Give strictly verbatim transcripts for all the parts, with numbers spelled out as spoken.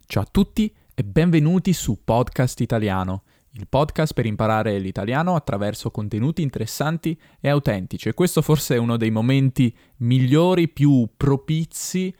Ciao a tutti e benvenuti su Podcast Italiano, il podcast per imparare l'italiano attraverso contenuti interessanti e autentici. E questo forse è uno dei momenti migliori, più propizi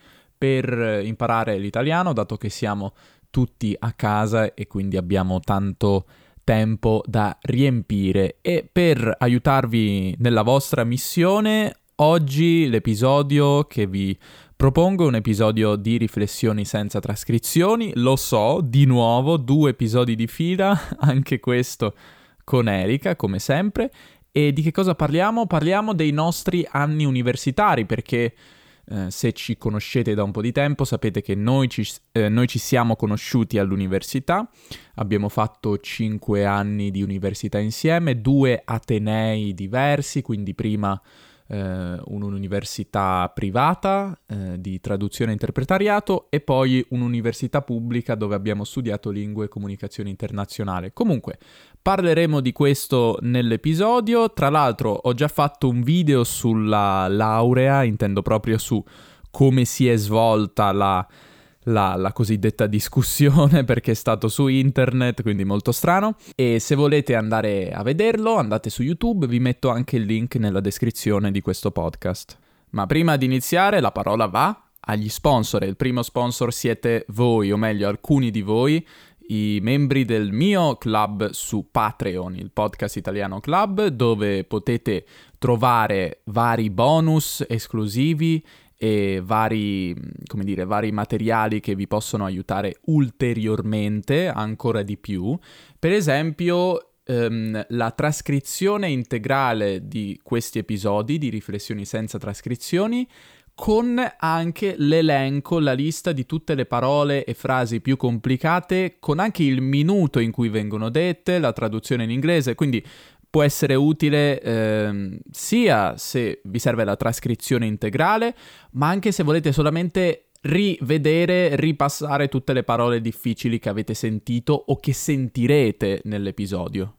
per imparare l'italiano, dato che siamo tutti a casa e quindi abbiamo tanto tempo da riempire. E per aiutarvi nella vostra missione, oggi l'episodio che vi propongo è un episodio di riflessioni senza trascrizioni. Lo so, di nuovo, due episodi di fila, anche questo con Erika, come sempre. E di che cosa parliamo? Parliamo dei nostri anni universitari, perché eh, se ci conoscete da un po' di tempo sapete che noi ci, eh, noi ci siamo conosciuti all'università. Abbiamo fatto cinque anni di università insieme, due atenei diversi, quindi prima Uh, un'università privata uh, di traduzione e interpretariato e poi un'università pubblica dove abbiamo studiato lingue e comunicazione internazionale. Comunque, parleremo di questo nell'episodio. Tra l'altro ho già fatto un video sulla laurea, intendo proprio su come si è svolta la La, la cosiddetta discussione, perché è stato su internet, quindi molto strano. E se volete andare a vederlo, andate su YouTube, vi metto anche il link nella descrizione di questo podcast. Ma prima di iniziare la parola va agli sponsor. Il primo sponsor siete voi, o meglio alcuni di voi, i membri del mio club su Patreon, il Podcast Italiano Club, dove potete trovare vari bonus esclusivi e vari, come dire, vari materiali che vi possono aiutare ulteriormente, ancora di più. Per esempio, ehm, la trascrizione integrale di questi episodi di Riflessioni senza trascrizioni, con anche l'elenco, la lista di tutte le parole e frasi più complicate, con anche il minuto in cui vengono dette, la traduzione in inglese, quindi può essere utile ehm, sia se vi serve la trascrizione integrale, ma anche se volete solamente rivedere, ripassare tutte le parole difficili che avete sentito o che sentirete nell'episodio.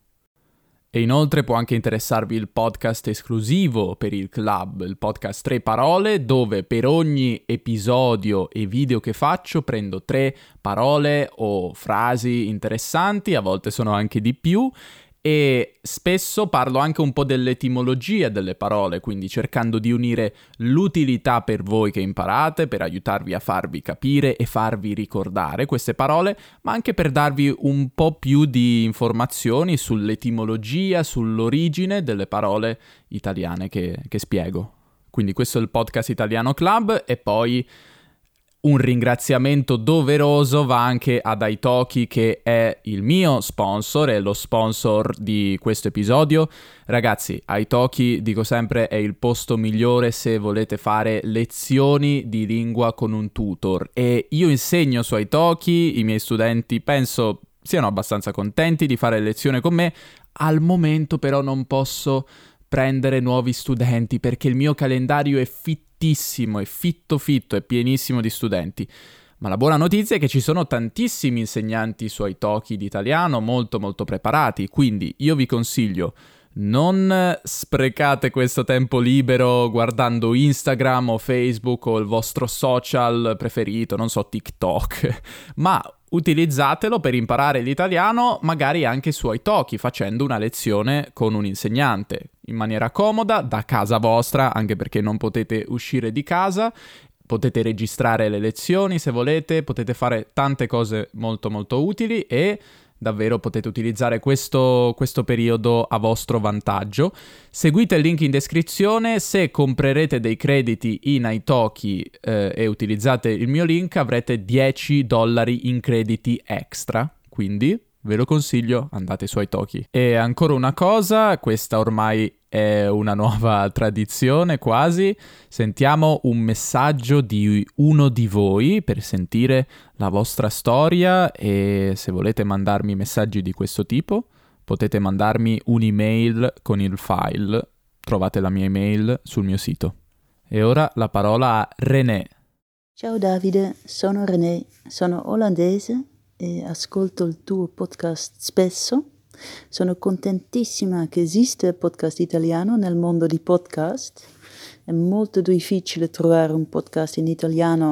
E inoltre può anche interessarvi il podcast esclusivo per il club, il podcast Tre Parole, dove per ogni episodio e video che faccio prendo tre parole o frasi interessanti, a volte sono anche di più, e spesso parlo anche un po' dell'etimologia delle parole, quindi cercando di unire l'utilità per voi che imparate, per aiutarvi a farvi capire e farvi ricordare queste parole, ma anche per darvi un po' più di informazioni sull'etimologia, sull'origine delle parole italiane che, che spiego. Quindi questo è il Podcast Italiano Club. E poi un ringraziamento doveroso va anche ad Italki, che è il mio sponsor, è lo sponsor di questo episodio. Ragazzi, Italki, dico sempre, è il posto migliore se volete fare lezioni di lingua con un tutor. E io insegno su Italki, i miei studenti penso siano abbastanza contenti di fare lezione con me. Al momento però non posso prendere nuovi studenti perché il mio calendario è fittissimo, è fitto fitto, è pienissimo di studenti. Ma la buona notizia è che ci sono tantissimi insegnanti su Italki di italiano, molto molto preparati, quindi io vi consiglio: non sprecate questo tempo libero guardando Instagram o Facebook o il vostro social preferito, non so, TikTok, ma utilizzatelo per imparare l'italiano, magari anche su Italki, facendo una lezione con un insegnante, in maniera comoda, da casa vostra, anche perché non potete uscire di casa. Potete registrare le lezioni se volete, potete fare tante cose molto molto utili e davvero potete utilizzare questo, questo periodo a vostro vantaggio. Seguite il link in descrizione. Se comprerete dei crediti in Italki eh, e utilizzate il mio link, avrete dieci dollari in crediti extra, quindi ve lo consiglio, andate su Italki. E ancora una cosa, questa ormai è una nuova tradizione quasi. Sentiamo un messaggio di uno di voi per sentire la vostra storia, e se volete mandarmi messaggi di questo tipo potete mandarmi un'email con il file. Trovate la mia email sul mio sito. E ora la parola a René. Ciao Davide, sono René, sono olandese e ascolto il tuo podcast spesso. Sono contentissima che esiste il podcast italiano nel mondo di podcast. È molto difficile trovare un podcast in italiano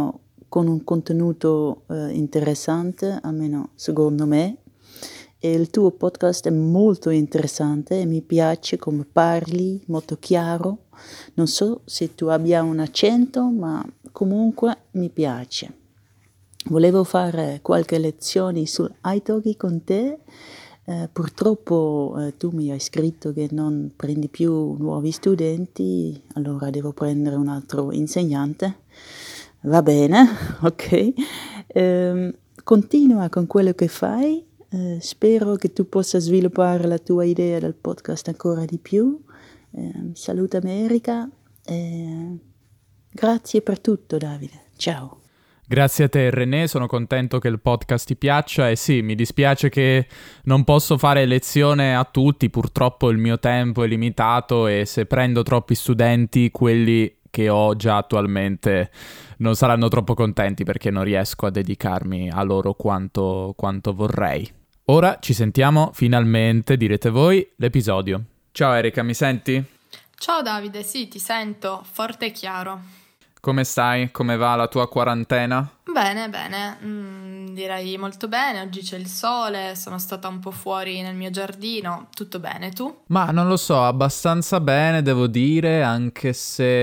con un contenuto eh, interessante, almeno secondo me. E il tuo podcast è molto interessante e mi piace come parli, molto chiaro. Non so se tu abbia un accento, ma comunque mi piace. Volevo fare qualche lezione sull'italki con te. Eh, purtroppo eh, tu mi hai scritto che non prendi più nuovi studenti, allora devo prendere un altro insegnante. Va bene, ok. Eh, continua con quello che fai. Eh, spero che tu possa sviluppare la tua idea del podcast ancora di più. Eh, salutami Erika. Eh, grazie per tutto, Davide. Ciao. Grazie a te René, sono contento che il podcast ti piaccia e sì, mi dispiace che non posso fare lezione a tutti, purtroppo il mio tempo è limitato e se prendo troppi studenti, quelli che ho già attualmente non saranno troppo contenti perché non riesco a dedicarmi a loro quanto, quanto vorrei. Ora ci sentiamo finalmente, direte voi, l'episodio. Ciao Erika, mi senti? Ciao Davide, sì, ti sento, forte e chiaro. Come stai? Come va la tua quarantena? Bene, bene, mm, direi molto bene, oggi c'è il sole, sono stata un po' fuori nel mio giardino, tutto bene, tu? Ma non lo so, abbastanza bene devo dire, anche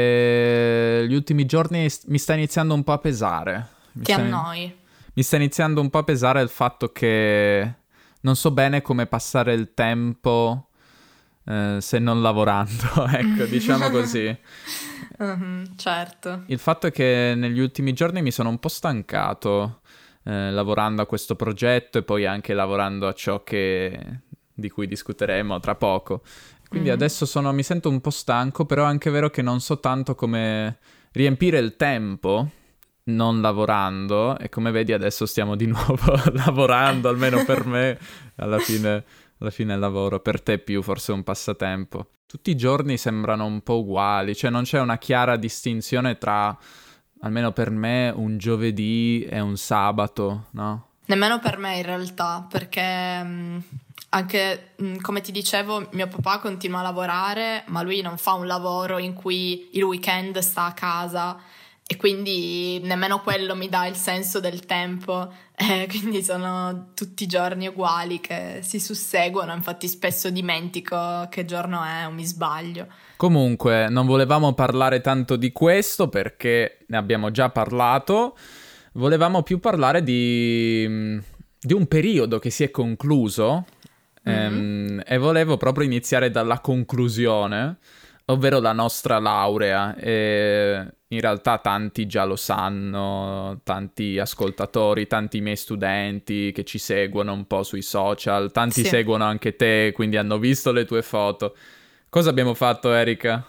se gli ultimi giorni mi sta iniziando un po' a pesare. Mi Ti sta... annoi? Mi sta iniziando un po' a pesare il fatto che non so bene come passare il tempo eh, se non lavorando, ecco, diciamo così. Uh-huh, certo. Il fatto è che negli ultimi giorni mi sono un po' stancato eh, lavorando a questo progetto e poi anche lavorando a ciò che... di cui discuteremo tra poco. Quindi mm-hmm. adesso sono, mi sento un po' stanco, però è anche vero che non so tanto come riempire il tempo non lavorando e come vedi adesso stiamo di nuovo lavorando, almeno per me, alla fine, alla fine il lavoro, per te più forse un passatempo. Tutti i giorni sembrano un po' uguali, cioè non c'è una chiara distinzione tra, almeno per me, un giovedì e un sabato, no? Nemmeno per me in realtà, perché mh, anche mh, come ti dicevo mio papà continua a lavorare, ma lui non fa un lavoro in cui il weekend sta a casa e quindi nemmeno quello mi dà il senso del tempo, eh, quindi sono tutti i giorni uguali che si susseguono, infatti spesso dimentico che giorno è o mi sbaglio. Comunque non volevamo parlare tanto di questo perché ne abbiamo già parlato, volevamo più parlare di, di un periodo che si è concluso mm-hmm. ehm, e volevo proprio iniziare dalla conclusione, ovvero la nostra laurea. E in realtà tanti già lo sanno, tanti ascoltatori, tanti miei studenti che ci seguono un po' sui social, tanti sì. seguono anche te, quindi hanno visto le tue foto. Cosa abbiamo fatto, Erika?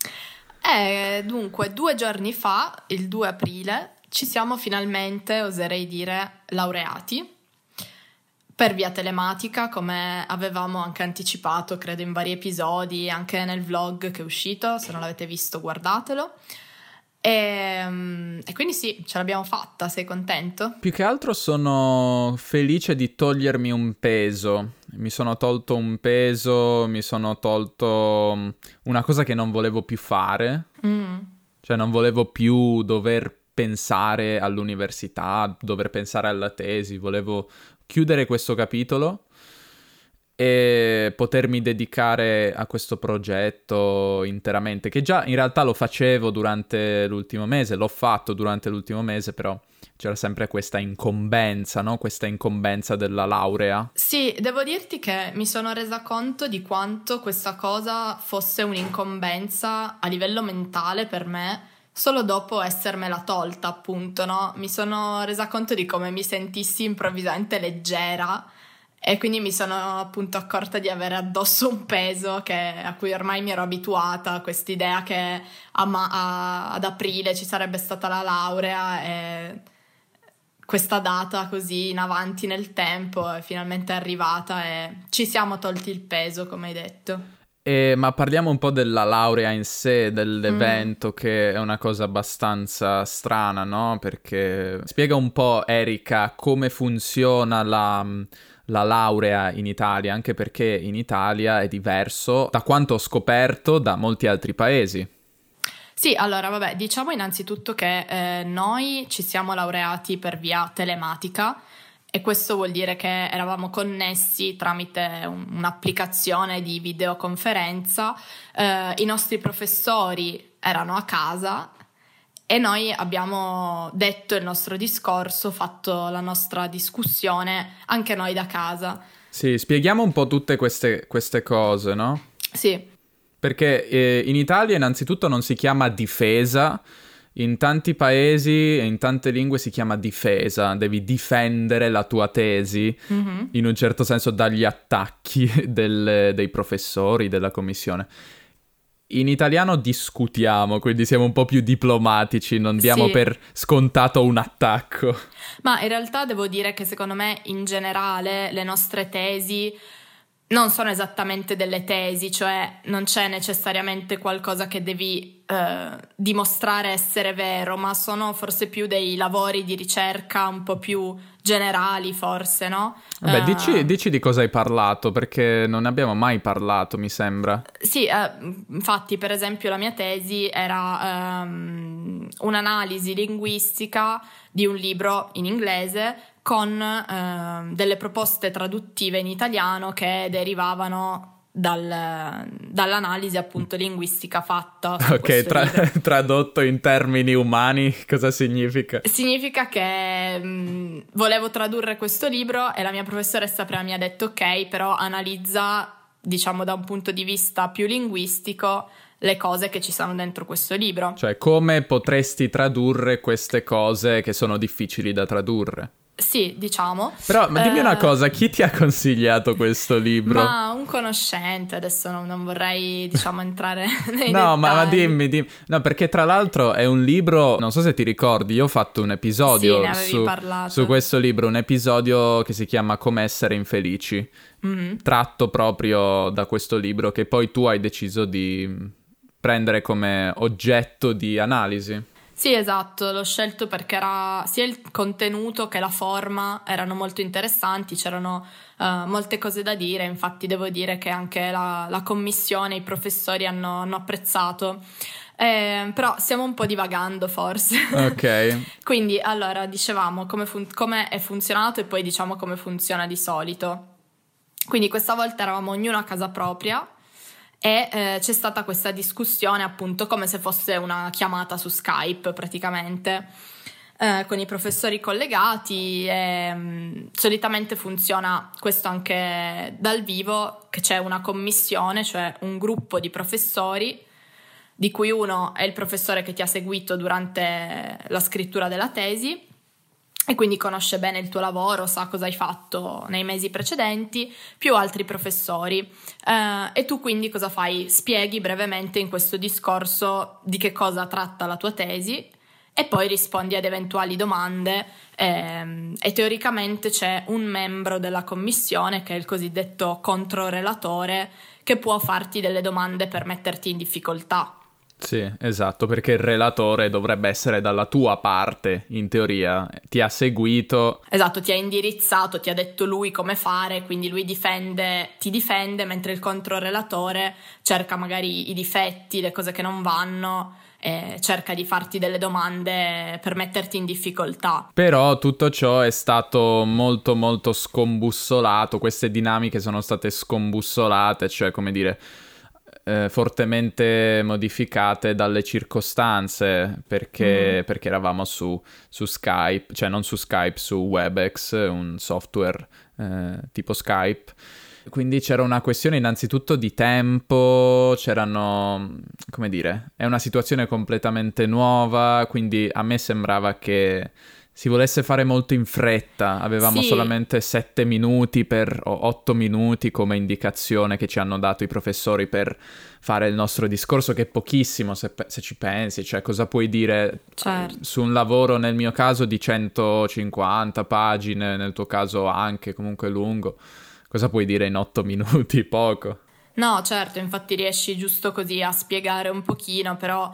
Eh, dunque, due giorni fa, il due aprile, ci siamo finalmente, oserei dire, laureati. Per via telematica, come avevamo anche anticipato, credo in vari episodi, anche nel vlog che è uscito, se non l'avete visto guardatelo. E, e quindi sì, ce l'abbiamo fatta, sei contento? Più che altro sono felice di togliermi un peso, mi sono tolto un peso, mi sono tolto una cosa che non volevo più fare, mm. cioè non volevo più dover pensare all'università, dover pensare alla tesi, volevo chiudere questo capitolo e potermi dedicare a questo progetto interamente, che già in realtà lo facevo durante l'ultimo mese, l'ho fatto durante l'ultimo mese, però c'era sempre questa incombenza, no? Questa incombenza della laurea. Sì, devo dirti che mi sono resa conto di quanto questa cosa fosse un'incombenza a livello mentale per me, solo dopo essermela tolta, appunto, no? Mi sono resa conto di come mi sentissi improvvisamente leggera e quindi mi sono appunto accorta di avere addosso un peso che, a cui ormai mi ero abituata, quest'idea che a ma- a- ad aprile ci sarebbe stata la laurea e questa data così in avanti nel tempo è finalmente arrivata e ci siamo tolti il peso, come hai detto. Eh, ma parliamo un po' della laurea in sé, dell'evento, mm. che è una cosa abbastanza strana, no? Perché spiega un po', Erika, come funziona la, la laurea in Italia, anche perché in Italia è diverso, da quanto ho scoperto, da molti altri paesi. Sì, allora vabbè, diciamo innanzitutto che eh, noi ci siamo laureati per via telematica e questo vuol dire che eravamo connessi tramite un, un'applicazione di videoconferenza, eh, i nostri professori erano a casa e noi abbiamo detto il nostro discorso, fatto la nostra discussione anche noi da casa. Sì, spieghiamo un po' tutte queste, queste cose, no? Sì. Perché eh, in Italia innanzitutto non si chiama difesa, in tanti paesi e in tante lingue si chiama difesa, devi difendere la tua tesi, mm-hmm. in un certo senso dagli attacchi del, dei professori, della commissione. In italiano discutiamo, quindi siamo un po' più diplomatici, non diamo sì. per scontato un attacco. Ma in realtà devo dire che secondo me in generale le nostre tesi non sono esattamente delle tesi, cioè non c'è necessariamente qualcosa che devi eh, dimostrare essere vero, ma sono forse più dei lavori di ricerca un po' più generali forse, no? Vabbè, uh, dici, dici di cosa hai parlato, perché non ne abbiamo mai parlato, mi sembra. Sì, eh, infatti per esempio la mia tesi era um, un'analisi linguistica di un libro in inglese con eh, delle proposte traduttive in italiano che derivavano dal, dall'analisi appunto linguistica fatta. Ok, tra- tradotto in termini umani, cosa significa? Significa che mh, volevo tradurre questo libro e la mia professoressa prima mi ha detto ok, però analizza, diciamo da un punto di vista più linguistico, le cose che ci sono dentro questo libro. Cioè, come potresti tradurre queste cose che sono difficili da tradurre? Sì, diciamo. Però, ma dimmi eh, una cosa, chi ti ha consigliato questo libro? Ma un conoscente, adesso non, non vorrei, diciamo, entrare nei no, dettagli. ma, ma dimmi, dimmi. No, perché tra l'altro è un libro, non so se ti ricordi, io ho fatto un episodio sì, ne avevi su, parlato. su questo libro, un episodio che si chiama Come essere infelici, mm-hmm. tratto proprio da questo libro che poi tu hai deciso di prendere come oggetto di analisi. Sì, esatto, l'ho scelto perché era sia il contenuto che la forma erano molto interessanti, c'erano uh, molte cose da dire, infatti devo dire che anche la, la commissione, i professori hanno, hanno apprezzato, eh, però stiamo un po' divagando forse. Ok. Quindi allora dicevamo come, fun- come è funzionato e poi diciamo come funziona di solito. Quindi questa volta eravamo ognuno a casa propria e eh, c'è stata questa discussione appunto come se fosse una chiamata su Skype praticamente eh, con i professori collegati e, mh, solitamente funziona questo anche dal vivo, che c'è una commissione, cioè un gruppo di professori di cui uno è il professore che ti ha seguito durante la scrittura della tesi e quindi conosce bene il tuo lavoro, sa cosa hai fatto nei mesi precedenti, più altri professori. Eh, e tu quindi cosa fai? Spieghi brevemente in questo discorso di che cosa tratta la tua tesi e poi rispondi ad eventuali domande ehm, e teoricamente c'è un membro della commissione che è il cosiddetto controrelatore che può farti delle domande per metterti in difficoltà. Sì, esatto, perché il relatore dovrebbe essere dalla tua parte, in teoria, ti ha seguito. Esatto, ti ha indirizzato, ti ha detto lui come fare, quindi lui difende, ti difende, mentre il controrelatore cerca magari i difetti, le cose che non vanno, e cerca di farti delle domande per metterti in difficoltà. Però tutto ciò è stato molto molto scombussolato, queste dinamiche sono state scombussolate, cioè come dire... Eh, fortemente modificate dalle circostanze perché, mm. perché eravamo su, su Skype, cioè non su Skype, su Webex, un software eh, tipo Skype. Quindi c'era una questione innanzitutto di tempo, c'erano, come dire, è una situazione completamente nuova, quindi a me sembrava che si volesse fare molto in fretta, avevamo sì. solamente sette minuti per, o otto minuti come indicazione che ci hanno dato i professori per fare il nostro discorso, che è pochissimo se, se ci pensi, cioè cosa puoi dire certo. su un lavoro, nel mio caso di centocinquanta pagine, nel tuo caso anche comunque lungo, cosa puoi dire in otto minuti? Poco. No, certo, infatti riesci giusto così a spiegare un pochino, però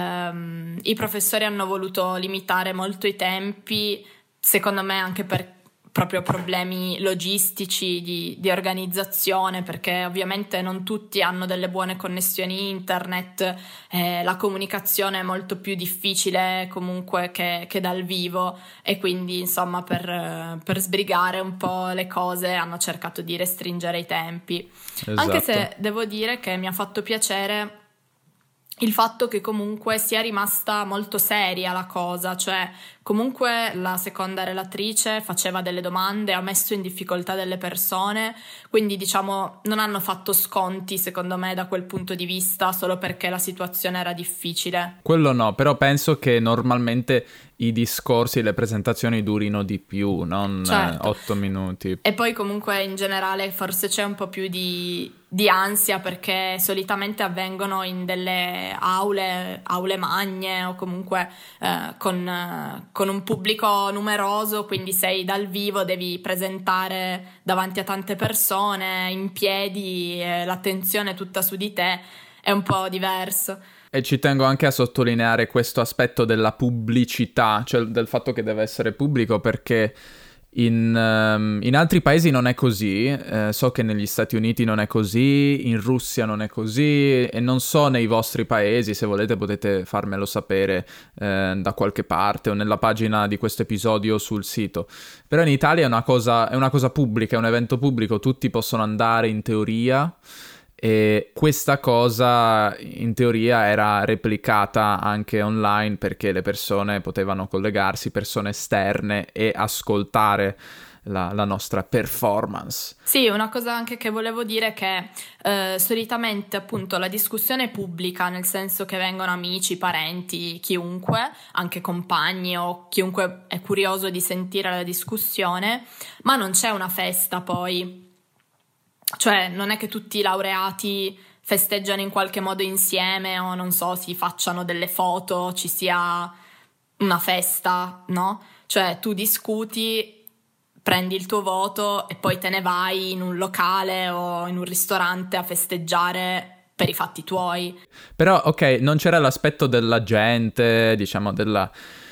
ehm, i professori hanno voluto limitare molto i tempi, secondo me anche per, proprio problemi logistici di, di organizzazione, perché ovviamente non tutti hanno delle buone connessioni internet, eh, la comunicazione è molto più difficile comunque che, che dal vivo, e quindi insomma per, per sbrigare un po' le cose hanno cercato di restringere i tempi. Esatto. Anche se devo dire che mi ha fatto piacere il fatto che comunque sia rimasta molto seria la cosa, cioè comunque la seconda relatrice faceva delle domande, ha messo in difficoltà delle persone, quindi diciamo non hanno fatto sconti secondo me da quel punto di vista solo perché la situazione era difficile. Quello no, però penso che normalmente i discorsi e le presentazioni durino di più, non certo. otto minuti. E poi comunque in generale forse c'è un po' più di, di ansia, perché solitamente avvengono in delle aule, aule magne o comunque eh, con, eh, con un pubblico numeroso, quindi sei dal vivo, devi presentare davanti a tante persone, in piedi, eh, l'attenzione è tutta su di te, è un po' diverso. E ci tengo anche a sottolineare questo aspetto della pubblicità, cioè del fatto che deve essere pubblico, perché in, um, in altri paesi non è così, eh, so che negli Stati Uniti non è così, in Russia non è così, e non so nei vostri paesi, se volete potete farmelo sapere eh, da qualche parte o nella pagina di questo episodio sul sito. Però in Italia è una cosa, è una cosa pubblica, è un evento pubblico, tutti possono andare in teoria. E questa cosa in teoria era replicata anche online, perché le persone potevano collegarsi, persone esterne, e ascoltare la, la nostra performance. Sì, una cosa anche che volevo dire è che eh, solitamente appunto la discussione è pubblica, nel senso che vengono amici, parenti, chiunque, anche compagni o chiunque è curioso di sentire la discussione, ma non c'è una festa poi. Cioè non è che tutti i laureati festeggiano in qualche modo insieme o non so, si facciano delle foto, ci sia una festa, no? Cioè tu discuti, prendi il tuo voto e poi te ne vai in un locale o in un ristorante a festeggiare per i fatti tuoi. Però ok, non c'era l'aspetto della gente, diciamo della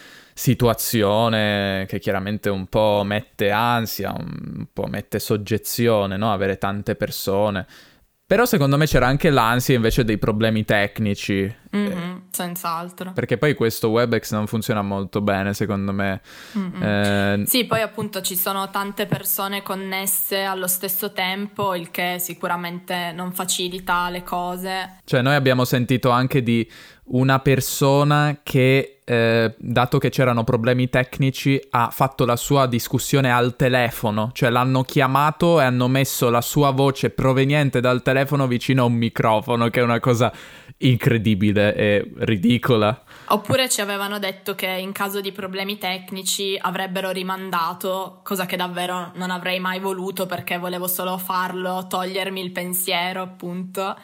situazione che chiaramente un po' mette ansia, un po' mette soggezione, no? Avere tante persone. Però secondo me c'era anche l'ansia invece dei problemi tecnici. Mm-hmm, senz'altro. Perché poi questo Webex non funziona molto bene, secondo me. Mm-hmm. Eh... Sì, poi appunto ci sono tante persone connesse allo stesso tempo, il che sicuramente non facilita le cose. Cioè noi abbiamo sentito anche di una persona che, eh, dato che c'erano problemi tecnici, ha fatto la sua discussione al telefono, cioè l'hanno chiamato e hanno messo la sua voce proveniente dal telefono vicino a un microfono, che è una cosa incredibile e ridicola. Oppure ci avevano detto che in caso di problemi tecnici avrebbero rimandato, cosa che davvero non avrei mai voluto, perché volevo solo farlo, togliermi il pensiero appunto,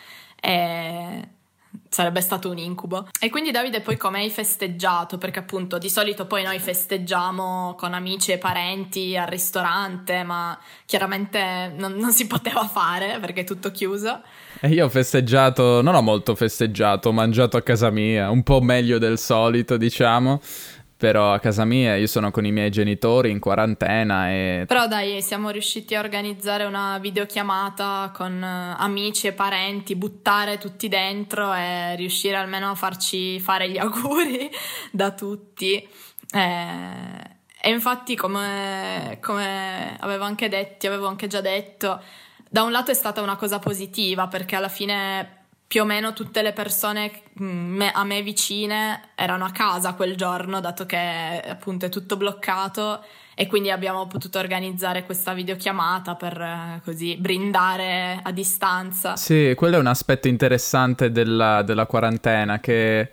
e sarebbe stato un incubo. E quindi Davide, poi come hai festeggiato? Perché appunto di solito poi noi festeggiamo con amici e parenti al ristorante, ma chiaramente non, non si poteva fare perché è tutto chiuso. E io ho festeggiato, non ho molto festeggiato, ho mangiato a casa mia, un po' meglio del solito diciamo. Però a casa mia io sono con i miei genitori in quarantena e... Però dai, siamo riusciti a organizzare una videochiamata con uh, amici e parenti, buttare tutti dentro e riuscire almeno a farci fare gli auguri da tutti. E, e infatti come, come avevo anche detto, avevo anche già detto, da un lato è stata una cosa positiva, perché alla fine più o meno tutte le persone me, a me vicine erano a casa quel giorno, dato che appunto è tutto bloccato, e quindi abbiamo potuto organizzare questa videochiamata per eh, così brindare a distanza. Sì, quello è un aspetto interessante della, della quarantena, che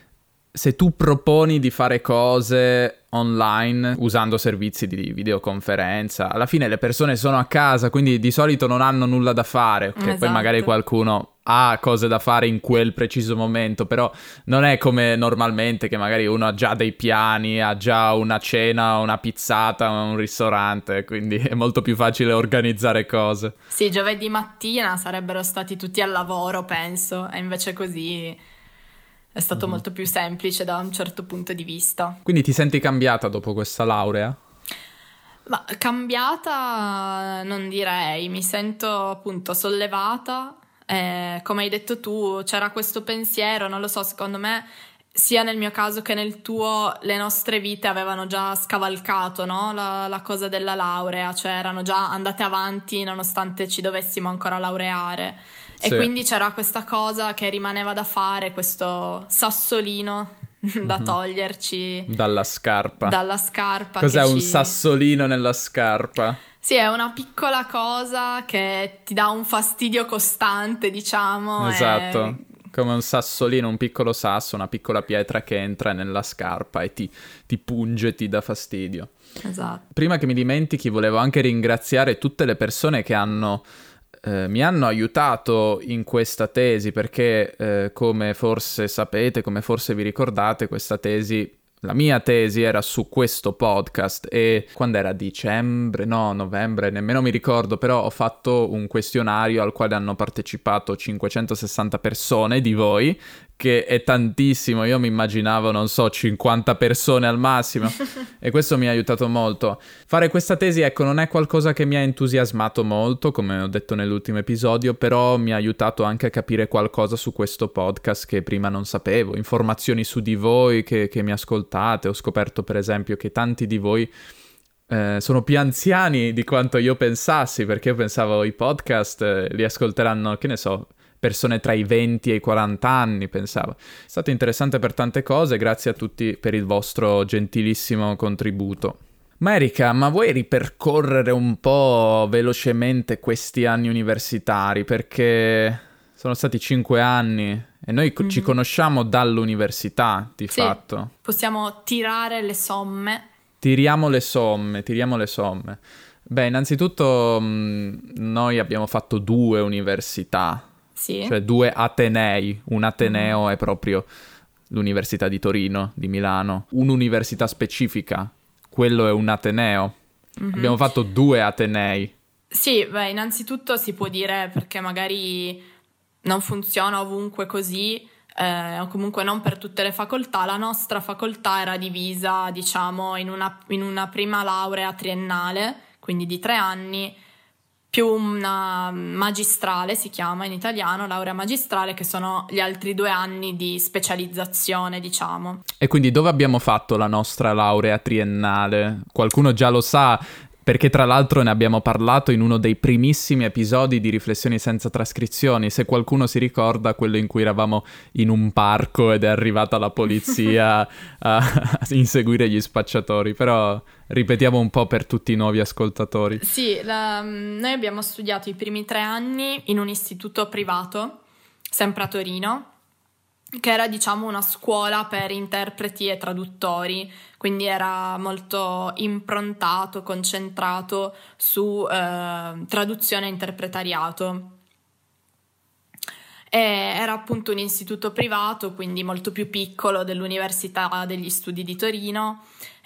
se tu proponi di fare cose online usando servizi di videoconferenza, alla fine le persone sono a casa, quindi di solito non hanno nulla da fare, ok? Esatto. Poi magari qualcuno ha cose da fare in quel preciso momento, però non è come normalmente che magari uno ha già dei piani, ha già una cena, una pizzata, un ristorante, quindi è molto più facile organizzare cose. Sì, giovedì mattina sarebbero stati tutti al lavoro, penso, e invece così è stato mm-hmm. molto più semplice da un certo punto di vista. Quindi ti senti cambiata dopo questa laurea? Ma cambiata non direi, mi sento appunto sollevata, eh, come hai detto tu, c'era questo pensiero, non lo so, secondo me sia nel mio caso che nel tuo le nostre vite avevano già scavalcato, no? la, la cosa della laurea, cioè erano già andate avanti nonostante ci dovessimo ancora laureare. E sì. Quindi c'era questa cosa che rimaneva da fare, questo sassolino da mm-hmm. toglierci dalla scarpa. Dalla scarpa. Cos'è un ci... sassolino nella scarpa? Sì, è una piccola cosa che ti dà un fastidio costante, diciamo. Esatto. E... come un sassolino, un piccolo sasso, una piccola pietra che entra nella scarpa e ti, ti punge, ti dà fastidio. Esatto. Prima che mi dimentichi, volevo anche ringraziare tutte le persone che hanno eh, mi hanno aiutato in questa tesi, perché eh, come forse sapete, come forse vi ricordate, questa tesi, la mia tesi era su questo podcast e quando era dicembre, no, novembre, nemmeno mi ricordo, però ho fatto un questionario al quale hanno partecipato cinquecentosessanta persone di voi, che è tantissimo, io mi immaginavo, non so, cinquanta persone al massimo e questo mi ha aiutato molto. Fare questa tesi, ecco, non è qualcosa che mi ha entusiasmato molto, come ho detto nell'ultimo episodio, però mi ha aiutato anche a capire qualcosa su questo podcast che prima non sapevo, informazioni su di voi che, che mi ascoltate. Ho scoperto per esempio che tanti di voi eh, sono più anziani di quanto io pensassi, perché io pensavo i podcast eh, li ascolteranno, che ne so, persone tra i venti e i quaranta anni, pensavo. È stato interessante per tante cose, grazie a tutti per il vostro gentilissimo contributo. Ma Erika, ma vuoi ripercorrere un po' velocemente questi anni universitari? Perché sono stati cinque anni e noi mm-hmm. ci conosciamo dall'università, di sì, fatto. Possiamo tirare le somme. Tiriamo le somme, tiriamo le somme. Beh, innanzitutto mh, noi abbiamo fatto due università. Sì. Cioè due atenei, un ateneo mm. è proprio l'Università di Torino, di Milano, un'università specifica, quello è un ateneo. Mm-hmm. Abbiamo fatto due atenei. Sì, beh, innanzitutto si può dire, perché magari non funziona ovunque così, eh, o comunque non per tutte le facoltà, la nostra facoltà era divisa, diciamo, in una, in una prima laurea triennale, quindi di tre anni, più una magistrale, si chiama in italiano, laurea magistrale, che sono gli altri due anni di specializzazione, diciamo. E quindi dove abbiamo fatto la nostra laurea triennale? Qualcuno già lo sa, perché tra l'altro ne abbiamo parlato in uno dei primissimi episodi di Riflessioni senza trascrizioni. Se qualcuno si ricorda, quello in cui eravamo in un parco ed è arrivata la polizia a, a inseguire gli spacciatori, però ripetiamo un po' per tutti i nuovi ascoltatori. Sì, la, noi abbiamo studiato i primi tre anni in un istituto privato, sempre a Torino, che era, diciamo, una scuola per interpreti e traduttori, quindi era molto improntato, concentrato su eh, traduzione e interpretariato. E era appunto un istituto privato, quindi molto più piccolo dell'Università degli Studi di Torino,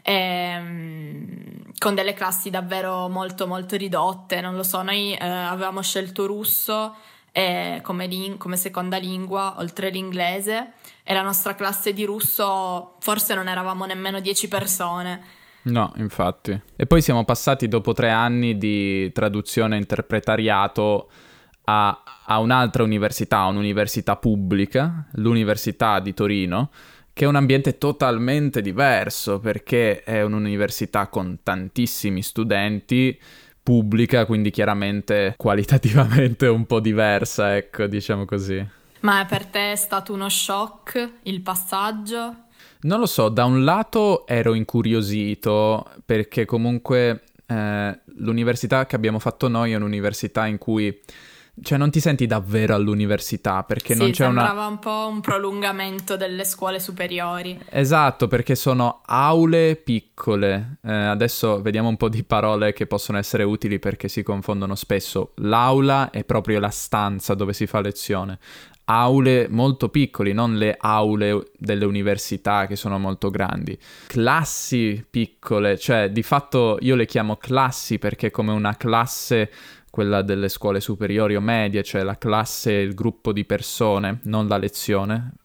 e, con delle classi davvero molto molto ridotte. Non lo so, noi eh, avevamo scelto russo e come, ling- come seconda lingua, oltre l'inglese, e la nostra classe di russo forse non eravamo nemmeno dieci persone. No, infatti. E poi siamo passati dopo tre anni di traduzione e interpretariato a, a un'altra università, un'università pubblica, l'Università di Torino, che è un ambiente totalmente diverso, perché è un'università con tantissimi studenti, pubblica, quindi chiaramente qualitativamente un po' diversa, ecco, diciamo così. Ma per te è stato uno shock il passaggio? Non lo so, da un lato ero incuriosito, perché comunque eh, l'università che abbiamo fatto noi è un'università in cui, cioè, non ti senti davvero all'università, perché sì, non c'è una... Sì, sembrava un po' un prolungamento delle scuole superiori. Esatto, perché sono aule piccole. Eh, adesso vediamo un po' di parole che possono essere utili perché si confondono spesso. L'aula è proprio la stanza dove si fa lezione. Aule molto piccoli, non le aule delle università che sono molto grandi. Classi piccole, cioè di fatto io le chiamo classi perché è come una classe, quella delle scuole superiori o medie, cioè la classe, il gruppo di persone, non la lezione,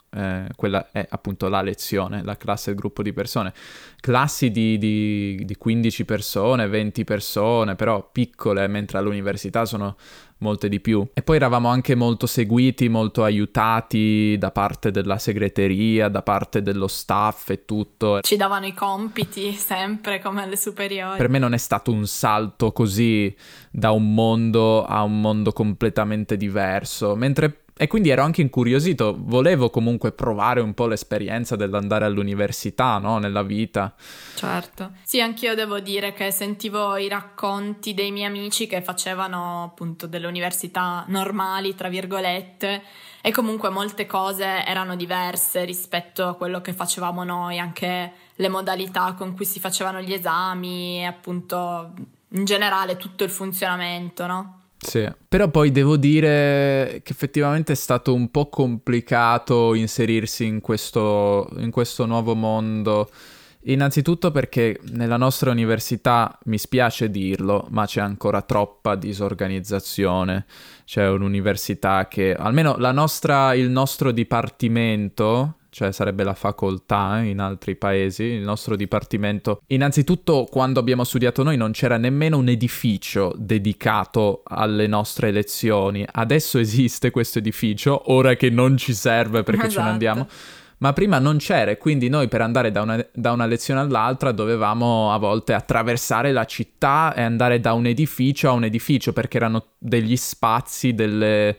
eh, quella è appunto la lezione, la classe è il gruppo di persone. Classi di, di, di quindici persone, venti persone, però piccole, mentre all'università sono molte di più. E poi eravamo anche molto seguiti, molto aiutati da parte della segreteria, da parte dello staff e tutto. Ci davano i compiti sempre come alle superiori. Per me non è stato un salto così da un mondo a un mondo completamente diverso, mentre e quindi ero anche incuriosito, volevo comunque provare un po' l'esperienza dell'andare all'università, no? Nella vita. Certo. Sì, anch'io devo dire che sentivo i racconti dei miei amici che facevano appunto delle università normali, tra virgolette, e comunque molte cose erano diverse rispetto a quello che facevamo noi, anche le modalità con cui si facevano gli esami e appunto in generale tutto il funzionamento, no? Sì, però poi devo dire che effettivamente è stato un po' complicato inserirsi in questo, in questo nuovo mondo. Innanzitutto perché nella nostra università, mi spiace dirlo, ma c'è ancora troppa disorganizzazione. C'è un'università che, almeno la nostra, il nostro dipartimento, cioè sarebbe la facoltà in altri paesi, il nostro dipartimento. Innanzitutto, quando abbiamo studiato noi non c'era nemmeno un edificio dedicato alle nostre lezioni. Adesso esiste questo edificio, ora che non ci serve perché Esatto. ce ne andiamo. Ma prima non c'era, e quindi noi per andare da una, da una lezione all'altra dovevamo a volte attraversare la città e andare da un edificio a un edificio, perché erano degli spazi, delle,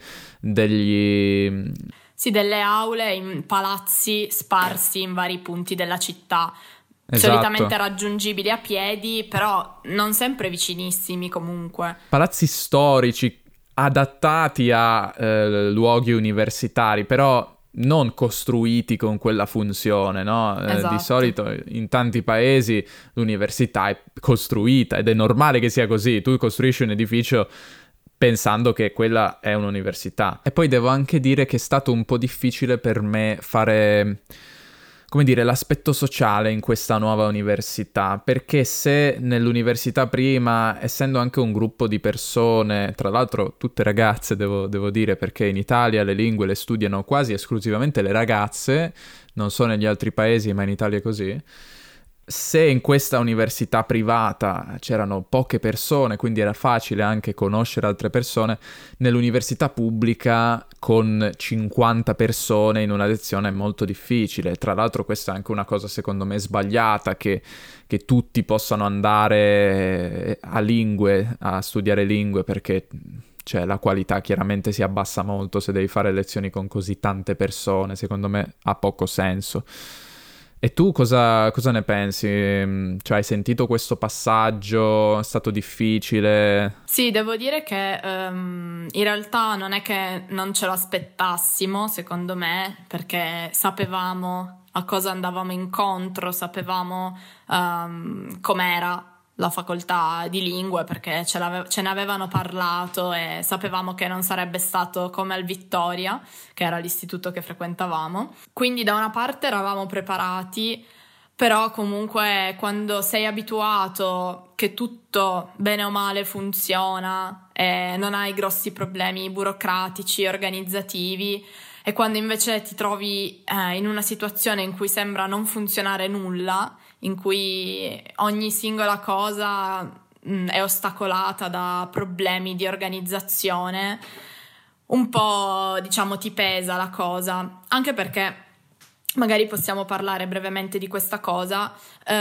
degli... Sì, delle aule in palazzi sparsi in vari punti della città, Esatto. solitamente raggiungibili a piedi, però non sempre vicinissimi comunque. Palazzi storici adattati a eh, luoghi universitari, però non costruiti con quella funzione, no? Eh, Esatto. Di solito in tanti paesi l'università è costruita ed è normale che sia così. Tu costruisci un edificio pensando che quella è un'università. E poi devo anche dire che è stato un po' difficile per me fare, come dire, l'aspetto sociale in questa nuova università, perché se nell'università prima, essendo anche un gruppo di persone, tra l'altro tutte ragazze devo, devo dire, perché in Italia le lingue le studiano quasi esclusivamente le ragazze, non so negli altri paesi, ma in Italia è così. Se in questa università privata c'erano poche persone, quindi era facile anche conoscere altre persone, nell'università pubblica con cinquanta persone in una lezione è molto difficile. Tra l'altro questa è anche una cosa secondo me sbagliata, che, che tutti possano andare a lingue, a studiare lingue, perché cioè, la qualità chiaramente si abbassa molto se devi fare lezioni con così tante persone. Secondo me ha poco senso. E tu cosa, cosa ne pensi? Cioè, hai sentito questo passaggio? È stato difficile? Sì, devo dire che um, in realtà non è che non ce l'aspettassimo, secondo me, perché sapevamo a cosa andavamo incontro, sapevamo um, com'era la facoltà di lingue, perché ce, ce ne avevano parlato e sapevamo che non sarebbe stato come al Vittoria, che era l'istituto che frequentavamo. Quindi da una parte eravamo preparati, però comunque quando sei abituato che tutto bene o male funziona e non hai grossi problemi burocratici, organizzativi, e quando invece ti trovi eh, in una situazione in cui sembra non funzionare nulla, in cui ogni singola cosa mh, è ostacolata da problemi di organizzazione, un po', diciamo, ti pesa la cosa, anche perché magari possiamo parlare brevemente di questa cosa.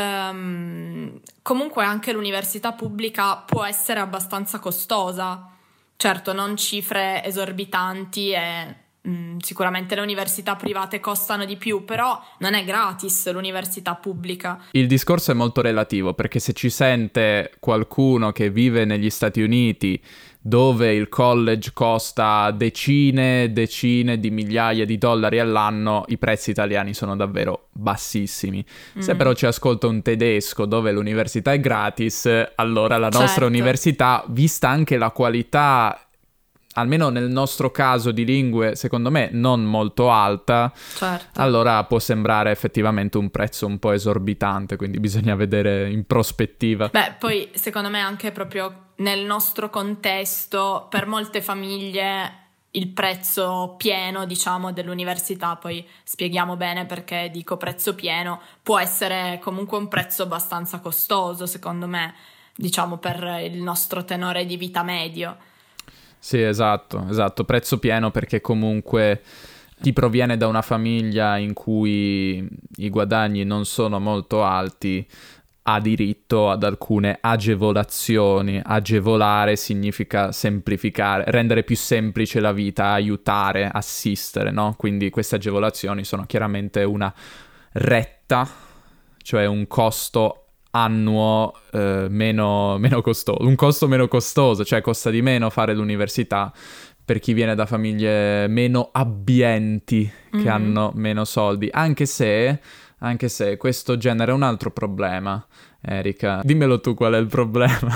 Ehm, comunque anche l'università pubblica può essere abbastanza costosa, certo non cifre esorbitanti e Mm, sicuramente le università private costano di più, però non è gratis l'università pubblica. Il discorso è molto relativo, perché se ci sente qualcuno che vive negli Stati Uniti, dove il college costa decine e decine di migliaia di dollari all'anno, i prezzi italiani sono davvero bassissimi. Mm. Se però ci ascolta un tedesco dove l'università è gratis, allora la nostra certo. università, vista anche la qualità, almeno nel nostro caso di lingue, secondo me non molto alta, certo. allora può sembrare effettivamente un prezzo un po' esorbitante, quindi bisogna vedere in prospettiva. Beh, poi secondo me anche proprio nel nostro contesto, per molte famiglie il prezzo pieno, diciamo, dell'università. Poi spieghiamo bene perché dico prezzo pieno, può essere comunque un prezzo abbastanza costoso, secondo me, diciamo, per il nostro tenore di vita medio. Sì, esatto, esatto, prezzo pieno perché comunque chi proviene da una famiglia in cui i guadagni non sono molto alti ha diritto ad alcune agevolazioni. Agevolare significa semplificare, rendere più semplice la vita, aiutare, assistere, no? Quindi queste agevolazioni sono chiaramente una retta, cioè un costo annuo eh, meno, meno costoso, un costo meno costoso, cioè costa di meno fare l'università per chi viene da famiglie meno abbienti, che mm-hmm. hanno meno soldi, anche se, anche se questo genera un altro problema. Erika, dimmelo tu qual è il problema.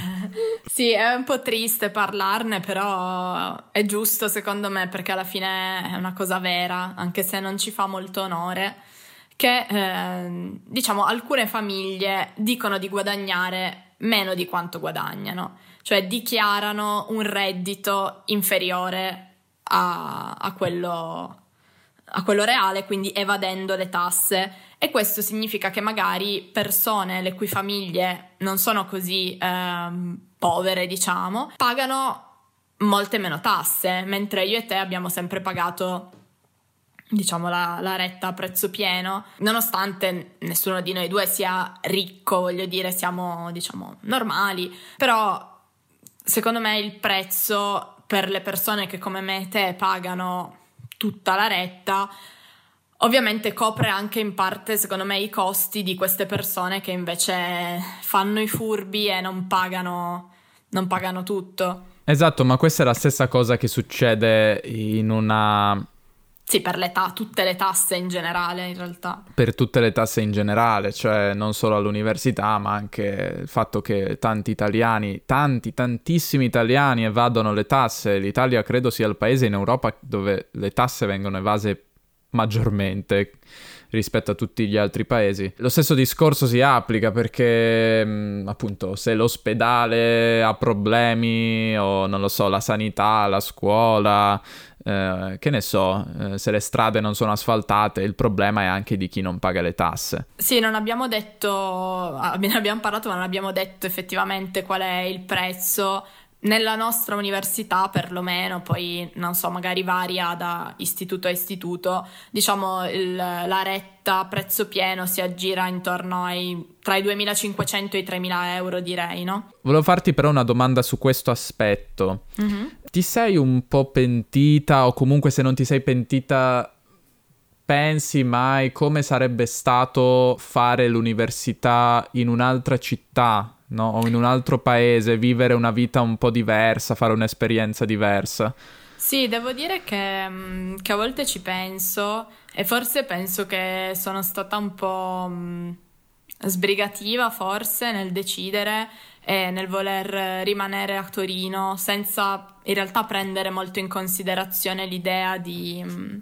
Sì, è un po' triste parlarne, però è giusto secondo me, perché alla fine è una cosa vera, anche se non ci fa molto onore, che eh, diciamo alcune famiglie dicono di guadagnare meno di quanto guadagnano, cioè dichiarano un reddito inferiore a, a quello a quello reale, quindi evadendo le tasse, e questo significa che magari persone le cui famiglie non sono così ehm, povere, diciamo, pagano molte meno tasse, mentre io e te abbiamo sempre pagato, diciamo, la, la retta a prezzo pieno, nonostante nessuno di noi due sia ricco, voglio dire, siamo, diciamo, normali, però secondo me il prezzo per le persone che come me e te pagano tutta la retta ovviamente copre anche in parte, secondo me, i costi di queste persone che invece fanno i furbi e non pagano, non pagano tutto. Esatto, ma questa è la stessa cosa che succede in una... Sì, per le ta- tutte le tasse in generale, in realtà. Per tutte le tasse in generale, cioè non solo all'università, ma anche il fatto che tanti italiani, tanti, tantissimi italiani evadono le tasse. L'Italia credo sia il paese in Europa dove le tasse vengono evase maggiormente rispetto a tutti gli altri paesi. Lo stesso discorso si applica perché mh, appunto se l'ospedale ha problemi o non lo so, la sanità, la scuola, eh, che ne so, eh, se le strade non sono asfaltate, il problema è anche di chi non paga le tasse. Sì, non abbiamo detto, ne abbiamo parlato ma non abbiamo detto effettivamente qual è il prezzo. Nella nostra università perlomeno, poi non so, magari varia da istituto a istituto, diciamo il, la retta a prezzo pieno si aggira intorno ai tra i duemilacinquecento e i tremila euro, direi, no? Volevo farti però una domanda su questo aspetto. Mm-hmm. Ti sei un po' pentita, o comunque se non ti sei pentita, pensi mai come sarebbe stato fare l'università in un'altra città? No, o in un altro paese, vivere una vita un po' diversa, fare un'esperienza diversa? Sì, devo dire che, che a volte ci penso, e forse penso che sono stata un po' mh, sbrigativa forse nel decidere e nel voler rimanere a Torino senza in realtà prendere molto in considerazione l'idea di... Mh,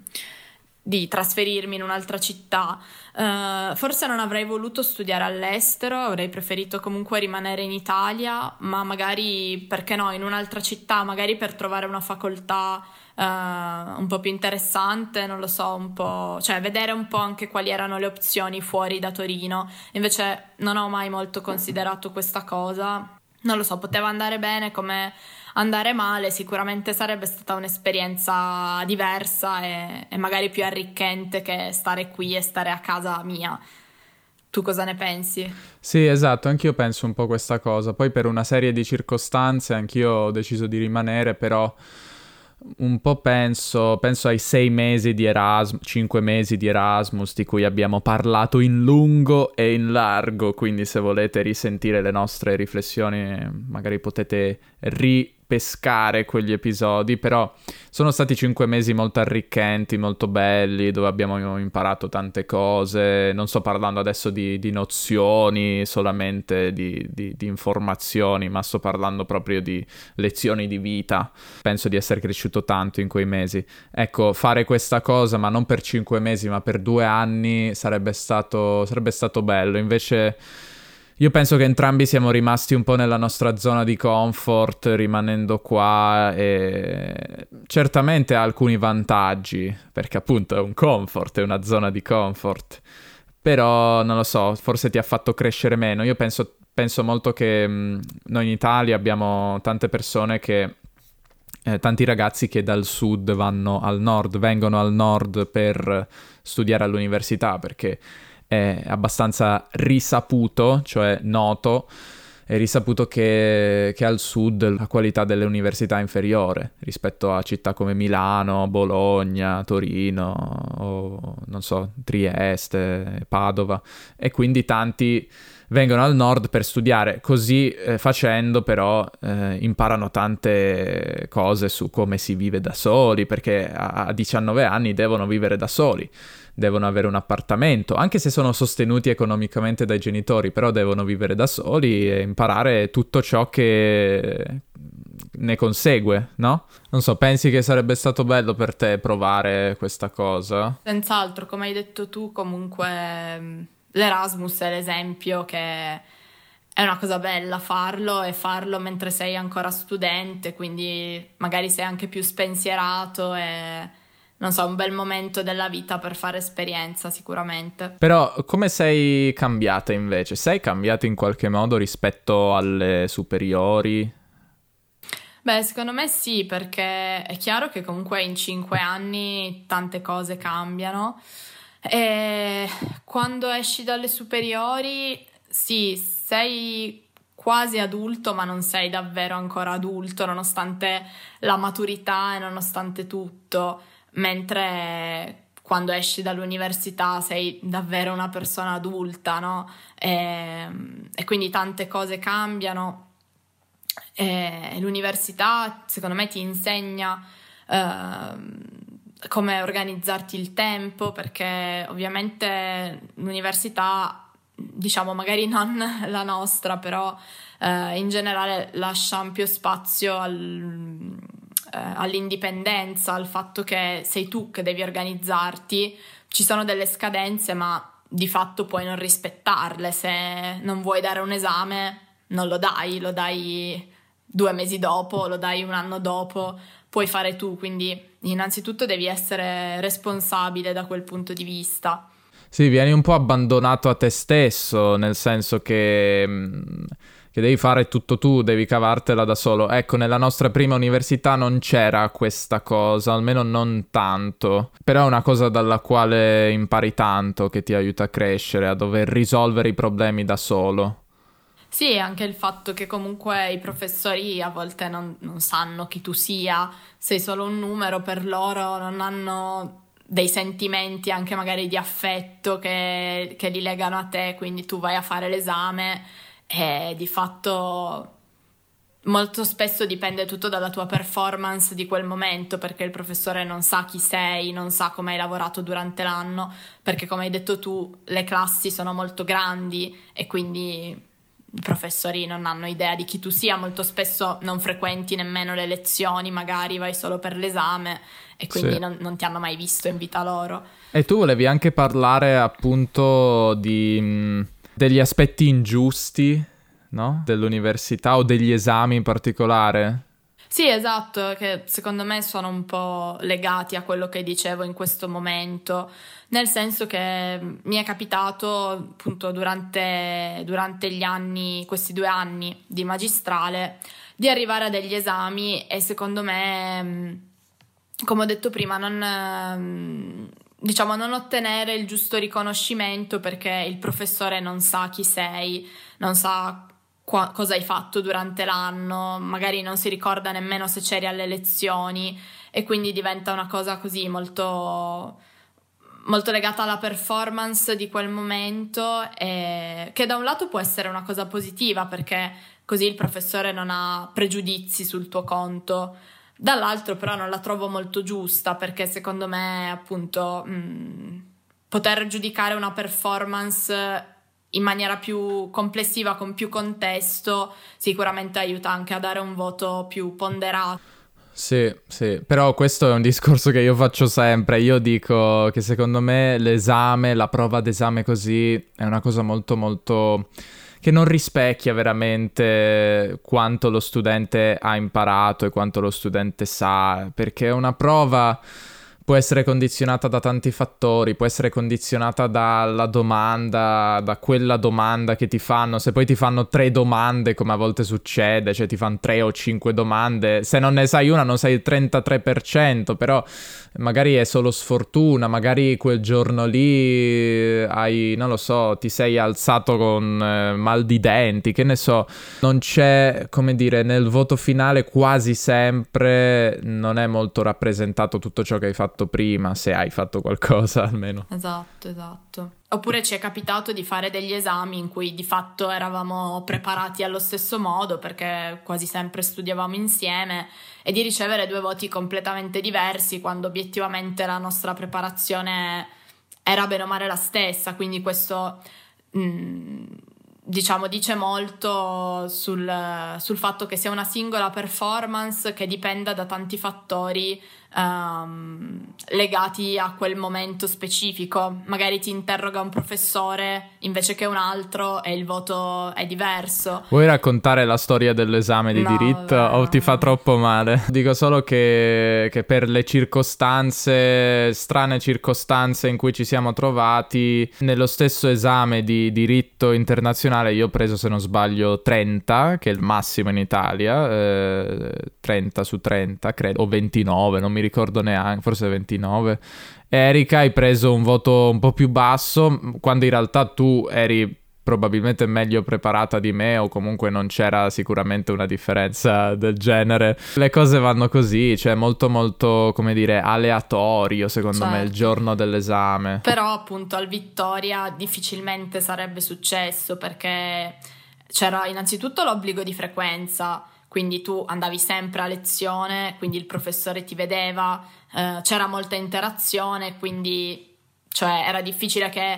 di trasferirmi in un'altra città. Uh, forse non avrei voluto studiare all'estero, avrei preferito comunque rimanere in Italia, ma magari, perché no, in un'altra città, magari per trovare una facoltà uh, un po' più interessante, non lo so, un po', cioè vedere un po' anche quali erano le opzioni fuori da Torino. Invece non ho mai molto considerato questa cosa. Non lo so, poteva andare bene come andare male, sicuramente sarebbe stata un'esperienza diversa e, e magari più arricchente che stare qui e stare a casa mia. Tu cosa ne pensi? Sì, esatto, anch'io penso un po' questa cosa. Poi per una serie di circostanze anch'io ho deciso di rimanere, però un po' penso, penso ai sei mesi di Erasmus, cinque mesi di Erasmus di cui abbiamo parlato in lungo e in largo, quindi se volete risentire le nostre riflessioni magari potete ripescare quegli episodi, però sono stati cinque mesi molto arricchenti, molto belli, dove abbiamo imparato tante cose. Non sto parlando adesso di, di nozioni, solamente di, di, di informazioni, ma sto parlando proprio di lezioni di vita. Penso di essere cresciuto tanto in quei mesi. Ecco, fare questa cosa, ma non per cinque mesi, ma per due anni, sarebbe stato, sarebbe stato bello. Invece Io penso che entrambi siamo rimasti un po' nella nostra zona di comfort rimanendo qua, e certamente ha alcuni vantaggi, perché appunto è un comfort, è una zona di comfort, però non lo so, forse ti ha fatto crescere meno. Io penso, penso molto che mh, noi in Italia abbiamo tante persone che, eh, tanti ragazzi che dal sud vanno al nord, vengono al nord per studiare all'università, perché è abbastanza risaputo, cioè noto, è risaputo che, che al sud la qualità delle università è inferiore rispetto a città come Milano, Bologna, Torino, o non so, Trieste, Padova, e quindi tanti vengono al nord per studiare. Così eh, facendo però eh, imparano tante cose su come si vive da soli, perché a, a diciannove anni devono vivere da soli. Devono avere un appartamento, anche se sono sostenuti economicamente dai genitori, però devono vivere da soli e imparare tutto ciò che ne consegue, no? Non so, pensi che sarebbe stato bello per te provare questa cosa? Senz'altro, come hai detto tu, comunque l'Erasmus è l'esempio che è una cosa bella farlo, e farlo mentre sei ancora studente, quindi magari sei anche più spensierato e... non so, un bel momento della vita per fare esperienza sicuramente. Però come sei cambiata invece? Sei cambiata in qualche modo rispetto alle superiori? Beh, secondo me sì, perché è chiaro che comunque in cinque anni tante cose cambiano, e quando esci dalle superiori sì, sei quasi adulto, ma non sei davvero ancora adulto, nonostante la maturità e nonostante tutto. Mentre quando esci dall'università sei davvero una persona adulta, no? E, e quindi tante cose cambiano, e l'università secondo me ti insegna eh, come organizzarti il tempo, perché ovviamente l'università, diciamo magari non la nostra, però eh, in generale lascia ampio spazio al all'indipendenza, al fatto che sei tu che devi organizzarti. Ci sono delle scadenze, ma di fatto puoi non rispettarle. Se non vuoi dare un esame, non lo dai, lo dai due mesi dopo, lo dai un anno dopo, puoi fare tu, quindi innanzitutto devi essere responsabile da quel punto di vista. Sì, vieni un po' abbandonato a te stesso, nel senso che... che devi fare tutto tu, devi cavartela da solo. Ecco, nella nostra prima università non c'era questa cosa, almeno non tanto. Però è una cosa dalla quale impari tanto, che ti aiuta a crescere, a dover risolvere i problemi da solo. Sì, anche il fatto che comunque i professori a volte non, non sanno chi tu sia, sei solo un numero per loro, non hanno dei sentimenti anche magari di affetto che, che li legano a te, quindi tu vai a fare l'esame e di fatto molto spesso dipende tutto dalla tua performance di quel momento, perché il professore non sa chi sei, non sa come hai lavorato durante l'anno, perché come hai detto tu le classi sono molto grandi e quindi i professori non hanno idea di chi tu sia, molto spesso non frequenti nemmeno le lezioni, magari vai solo per l'esame e quindi sì. non, non ti hanno mai visto in vita loro. E tu volevi anche parlare appunto di mh, degli aspetti ingiusti, no? Dell'università o degli esami in particolare? Sì, esatto, che secondo me sono un po' legati a quello che dicevo in questo momento, nel senso che mi è capitato appunto durante, durante gli anni, questi due anni di magistrale, di arrivare a degli esami e secondo me, come ho detto prima, non, diciamo, non ottenere il giusto riconoscimento perché il professore non sa chi sei, non sa Qua, cosa hai fatto durante l'anno, magari non si ricorda nemmeno se c'eri alle lezioni e quindi diventa una cosa così molto, molto legata alla performance di quel momento, e che da un lato può essere una cosa positiva perché così il professore non ha pregiudizi sul tuo conto, dall'altro però non la trovo molto giusta perché secondo me appunto mh, poter giudicare una performance in maniera più complessiva, con più contesto, sicuramente aiuta anche a dare un voto più ponderato. Sì, sì, però questo è un discorso che io faccio sempre. Io dico che secondo me l'esame, la prova d'esame così, è una cosa molto molto che non rispecchia veramente quanto lo studente ha imparato e quanto lo studente sa, perché una prova può essere condizionata da tanti fattori, può essere condizionata dalla domanda, da quella domanda che ti fanno. Se poi ti fanno tre domande, come a volte succede, cioè ti fanno tre o cinque domande, se non ne sai una non sai il trentatré per cento, però magari è solo sfortuna, magari quel giorno lì hai, non lo so, ti sei alzato con eh, mal di denti, che ne so. Non c'è, come dire, nel voto finale quasi sempre non è molto rappresentato tutto ciò che hai fatto prima, se hai fatto qualcosa almeno. Esatto, esatto. Oppure ci è capitato di fare degli esami in cui di fatto eravamo preparati allo stesso modo, perché quasi sempre studiavamo insieme, e di ricevere due voti completamente diversi quando obiettivamente la nostra preparazione era bene o male la stessa. Quindi questo mh, diciamo dice molto sul, sul fatto che sia una singola performance che dipenda da tanti fattori um, legati a quel momento specifico. Magari ti interroga un professore invece che un altro e il voto è diverso. Vuoi raccontare la storia dell'esame di No, diritto vabbè, o ti fa no. troppo male? Dico solo che, che per le circostanze, strane circostanze in cui ci siamo trovati, nello stesso esame di diritto internazionale io ho preso, se non sbaglio, trenta, che è il massimo in Italia, eh, trenta su trenta, credo, o ventinove, non mi ricordo neanche, forse ventinove. Erika, hai preso un voto un po' più basso, quando in realtà tu eri probabilmente meglio preparata di me, o comunque non c'era sicuramente una differenza del genere. Le cose vanno così, cioè molto molto, come dire, aleatorio secondo Certo. me il giorno dell'esame. Però appunto al Vittoria difficilmente sarebbe successo, perché c'era innanzitutto l'obbligo di frequenza, quindi tu andavi sempre a lezione, quindi il professore ti vedeva, eh, c'era molta interazione, quindi cioè era difficile che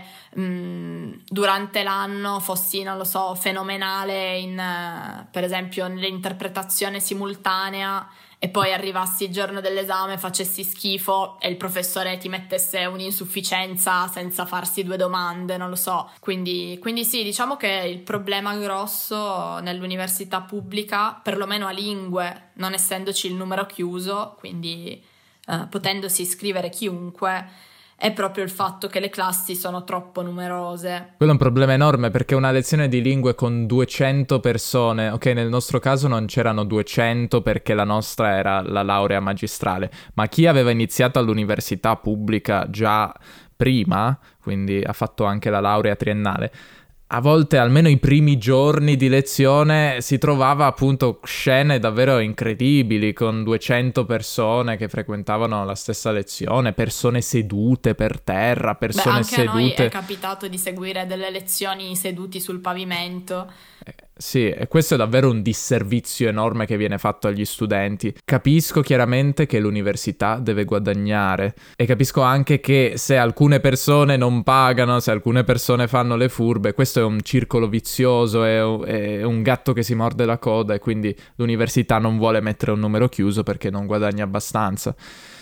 mh, durante l'anno fossi, non lo so, fenomenale in, uh, per esempio nell'interpretazione simultanea, e poi arrivassi il giorno dell'esame, facessi schifo e il professore ti mettesse un'insufficienza senza farsi due domande, non lo so. Quindi, quindi sì, diciamo che il problema grosso nell'università pubblica, perlomeno a lingue, non essendoci il numero chiuso, quindi uh, potendosi iscrivere chiunque, è proprio il fatto che le classi sono troppo numerose. Quello è un problema enorme, perché una lezione di lingue con duecento persone, ok, nel nostro caso non c'erano duecento perché la nostra era la laurea magistrale, ma chi aveva iniziato all'università pubblica già prima, quindi ha fatto anche la laurea triennale, a volte almeno i primi giorni di lezione si trovava appunto scene davvero incredibili, con duecento persone che frequentavano la stessa lezione, persone sedute per terra, persone Beh, anche sedute. a noi è capitato di seguire delle lezioni seduti sul pavimento. Eh, sì, e questo è davvero un disservizio enorme che viene fatto agli studenti. Capisco chiaramente che l'università deve guadagnare, e capisco anche che se alcune persone non pagano, se alcune persone fanno le furbe, questo è un circolo vizioso, è un, è un gatto che si morde la coda, e quindi l'università non vuole mettere un numero chiuso perché non guadagna abbastanza.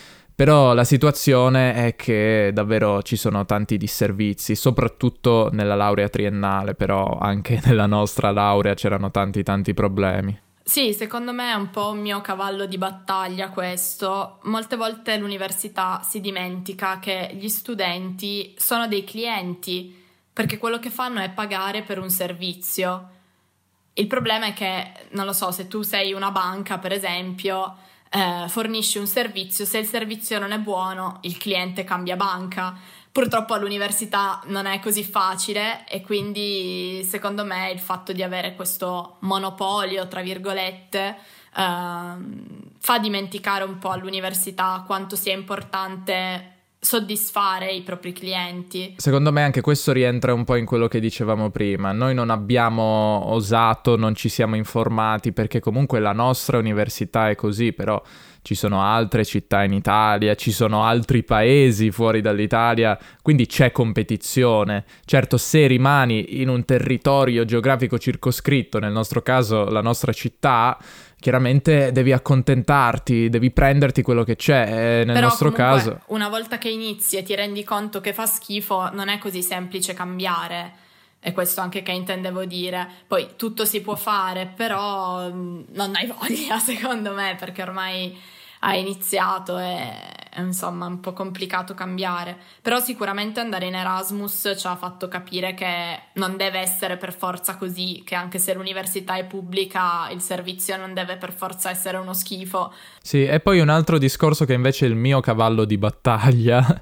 Però la situazione è che davvero ci sono tanti disservizi, soprattutto nella laurea triennale, però anche nella nostra laurea c'erano tanti tanti problemi. Sì, secondo me è un po' un mio cavallo di battaglia questo. Molte volte l'università si dimentica che gli studenti sono dei clienti, perché quello che fanno è pagare per un servizio. Il problema è che, non lo so, se tu sei una banca, per esempio, eh, fornisci un servizio, se il servizio non è buono, il cliente cambia banca. Purtroppo all'università non è così facile, e quindi secondo me il fatto di avere questo monopolio, tra virgolette, ehm, fa dimenticare un po' all'università quanto sia importante soddisfare i propri clienti. Secondo me anche questo rientra un po' in quello che dicevamo prima. Noi non abbiamo osato, non ci siamo informati, perché comunque la nostra università è così, però ci sono altre città in Italia, ci sono altri paesi fuori dall'Italia, quindi c'è competizione. Certo, se rimani in un territorio geografico circoscritto, nel nostro caso la nostra città, chiaramente devi accontentarti, devi prenderti quello che c'è. E nel Però nostro comunque, caso, una volta che inizi e ti rendi conto che fa schifo, non è così semplice cambiare. è questo anche che intendevo dire. Poi tutto si può fare, però non hai voglia secondo me, perché ormai hai iniziato e è insomma un po' complicato cambiare. Però sicuramente andare in Erasmus ci ha fatto capire che non deve essere per forza così, che anche se l'università è pubblica il servizio non deve per forza essere uno schifo. Sì, e poi un altro discorso che invece è il mio cavallo di battaglia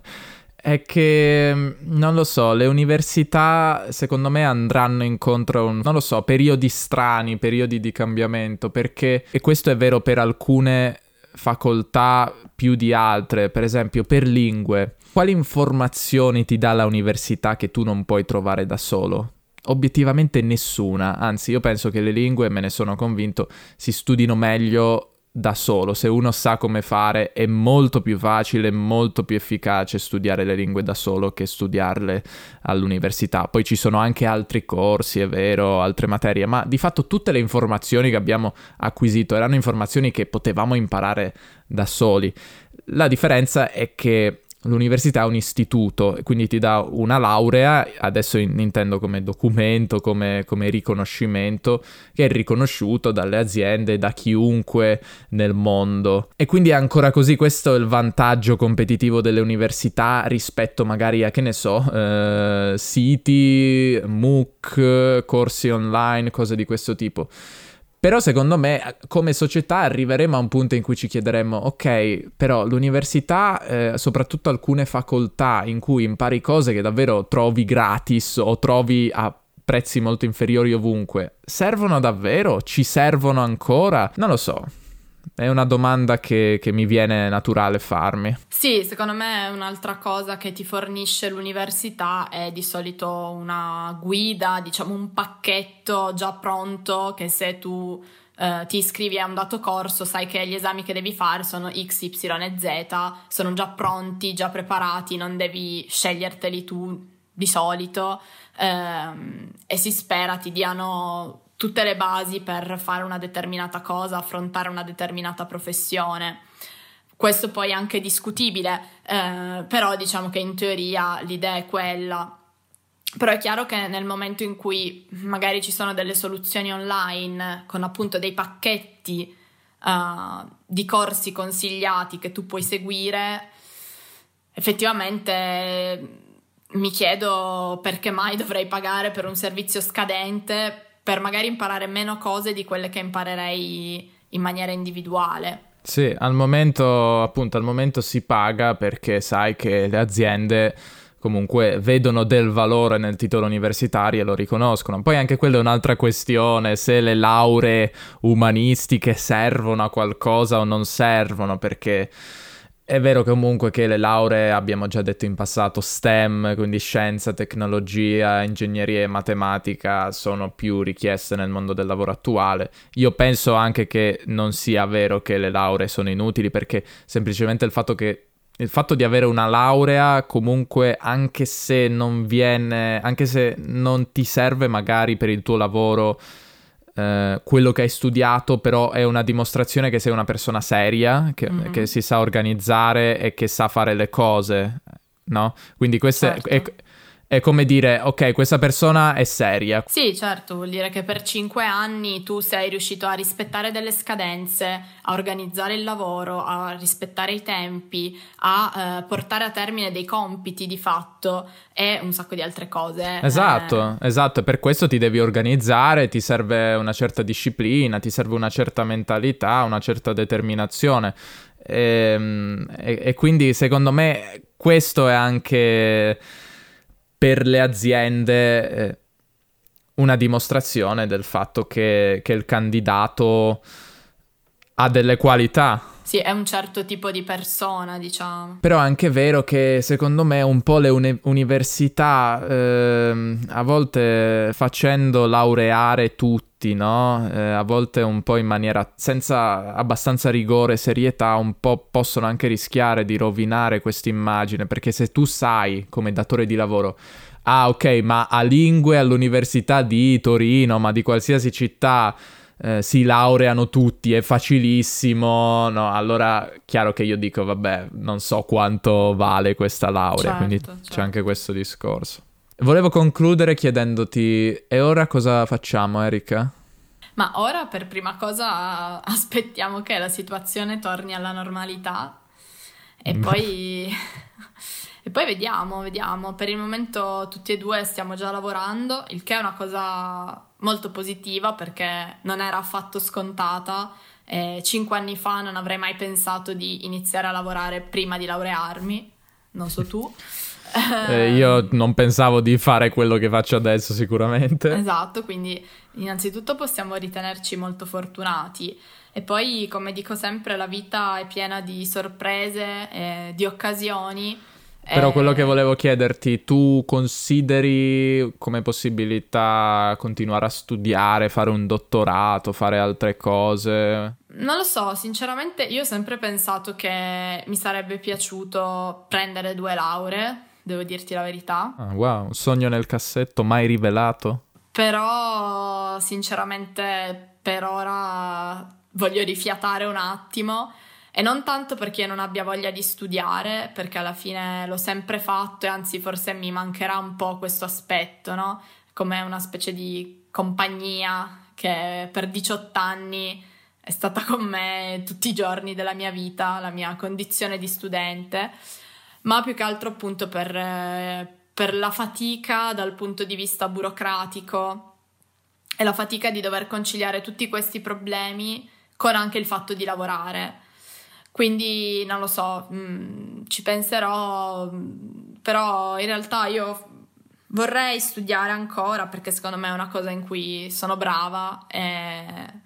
è che, non lo so, le università secondo me andranno incontro a un, non lo so, periodi strani, periodi di cambiamento, perché, e questo è vero per alcune facoltà più di altre, per esempio per lingue, quali informazioni ti dà la università che tu non puoi trovare da solo? Obiettivamente nessuna, anzi io penso che le lingue, me ne sono convinto, si studino meglio da solo. Se uno sa come fare è molto più facile, molto più efficace studiare le lingue da solo che studiarle all'università. Poi ci sono anche altri corsi, è vero, altre materie, ma di fatto tutte le informazioni che abbiamo acquisito erano informazioni che potevamo imparare da soli. La differenza è che l'università è un istituto, quindi ti dà una laurea, adesso intendo come documento, come, come riconoscimento, che è riconosciuto dalle aziende, da chiunque nel mondo. E quindi è ancora così, questo è il vantaggio competitivo delle università rispetto magari a, che ne so, eh, siti, MOOC, corsi online, cose di questo tipo. Però secondo me come società arriveremo a un punto in cui ci chiederemo, ok, però l'università, eh, soprattutto alcune facoltà in cui impari cose che davvero trovi gratis o trovi a prezzi molto inferiori ovunque, servono davvero? Ci servono ancora? Non lo so. È una domanda che, che mi viene naturale farmi. Sì, secondo me un'altra cosa che ti fornisce l'università è di solito una guida, diciamo un pacchetto già pronto, che se tu eh, ti iscrivi a un dato corso sai che gli esami che devi fare sono X, Y e Z, sono già pronti, già preparati, non devi sceglierteli tu di solito, ehm, e si spera ti diano tutte le basi per fare una determinata cosa, affrontare una determinata professione. Questo poi è anche discutibile, eh, però diciamo che in teoria l'idea è quella. Però è chiaro che nel momento in cui magari ci sono delle soluzioni online con appunto dei pacchetti uh, di corsi consigliati che tu puoi seguire, effettivamente mi chiedo perché mai dovrei pagare per un servizio scadente per magari imparare meno cose di quelle che imparerei in maniera individuale. Sì, al momento, appunto, al momento si paga perché sai che le aziende comunque vedono del valore nel titolo universitario e lo riconoscono. Poi anche quella è un'altra questione, se le lauree umanistiche servono a qualcosa o non servono, perché è vero comunque che le lauree, abbiamo già detto in passato, STEM, quindi scienza, tecnologia, ingegneria e matematica, sono più richieste nel mondo del lavoro attuale. Io penso anche che non sia vero che le lauree sono inutili, perché semplicemente il fatto che il fatto di avere una laurea, comunque, anche se non viene, anche se non ti serve magari per il tuo lavoro Uh, quello che hai studiato, però è una dimostrazione che sei una persona seria, che, mm-hmm. che si sa organizzare e che sa fare le cose, no? Quindi questo certo. è, è, è come dire, ok, questa persona è seria. Sì, certo, vuol dire che per cinque anni tu sei riuscito a rispettare delle scadenze, a organizzare il lavoro, a rispettare i tempi, a uh, portare a termine dei compiti di fatto e un sacco di altre cose. Esatto, eh. esatto, e per questo ti devi organizzare, ti serve una certa disciplina, ti serve una certa mentalità, una certa determinazione. E, e, e quindi secondo me questo è anche per le aziende eh, una dimostrazione del fatto che, che il candidato ha delle qualità. Sì, è un certo tipo di persona, diciamo. Però è anche vero che secondo me un po' le uni- università eh, a volte facendo laureare tutti, no? Eh, a volte un po' in maniera senza abbastanza rigore e serietà, un po' possono anche rischiare di rovinare questa immagine, perché se tu sai come datore di lavoro, ah ok, ma a lingue all'università di Torino, ma di qualsiasi città, Eh, si laureano tutti, è facilissimo, no? Allora chiaro che io dico vabbè, non so quanto vale questa laurea, certo, quindi certo. c'è anche questo discorso. Volevo concludere chiedendoti, e ora cosa facciamo, Erika? Ma ora per prima cosa aspettiamo che la situazione torni alla normalità e poi, e poi vediamo, vediamo. Per il momento tutti e due stiamo già lavorando, il che è una cosa molto positiva perché non era affatto scontata. Eh, cinque anni fa non avrei mai pensato di iniziare a lavorare prima di laurearmi, non so tu. Eh, io non pensavo di fare quello che faccio adesso sicuramente. Esatto, quindi innanzitutto possiamo ritenerci molto fortunati e poi, come dico sempre, la vita è piena di sorprese, eh, di occasioni. Però eh... quello che volevo chiederti, tu consideri come possibilità continuare a studiare, fare un dottorato, fare altre cose? Non lo so, sinceramente io ho sempre pensato che mi sarebbe piaciuto prendere due lauree. Devo dirti la verità. Ah, wow, un sogno nel cassetto mai rivelato. Però sinceramente per ora voglio rifiatare un attimo e non tanto perché non abbia voglia di studiare, perché alla fine l'ho sempre fatto e anzi forse mi mancherà un po' questo aspetto, no? Come una specie di compagnia che per diciotto anni è stata con me tutti i giorni della mia vita, la mia condizione di studente. Ma più che altro appunto per, eh, per la fatica dal punto di vista burocratico e la fatica di dover conciliare tutti questi problemi con anche il fatto di lavorare. Quindi non lo so, mh, ci penserò, mh, però in realtà io vorrei studiare ancora perché secondo me è una cosa in cui sono brava e,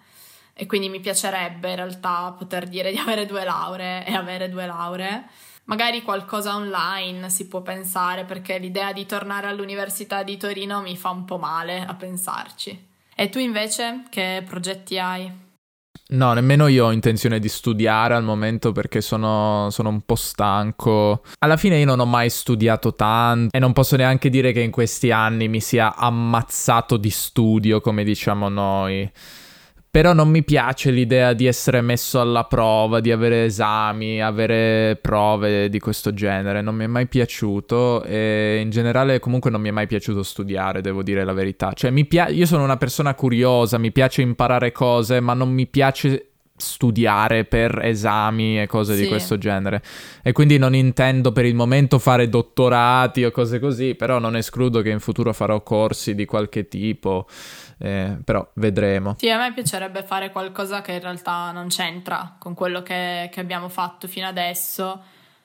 e quindi mi piacerebbe in realtà poter dire di avere due lauree e avere due lauree. Magari qualcosa online si può pensare perché l'idea di tornare all'Università di Torino mi fa un po' male a pensarci. E tu invece che progetti hai? No, nemmeno io ho intenzione di studiare al momento perché sono, sono un po' stanco. Alla fine io non ho mai studiato tanto e non posso neanche dire che in questi anni mi sia ammazzato di studio, come diciamo noi. Però non mi piace l'idea di essere messo alla prova, di avere esami, avere prove di questo genere. Non mi è mai piaciuto e in generale comunque non mi è mai piaciuto studiare, devo dire la verità. Cioè mi pia- io sono una persona curiosa, mi piace imparare cose, ma non mi piace studiare per esami e cose sì. di questo genere. E quindi non intendo per il momento fare dottorati o cose così, però non escludo che in futuro farò corsi di qualche tipo. Eh, però vedremo. Sì, a me piacerebbe fare qualcosa che in realtà non c'entra con quello che, che abbiamo fatto fino adesso,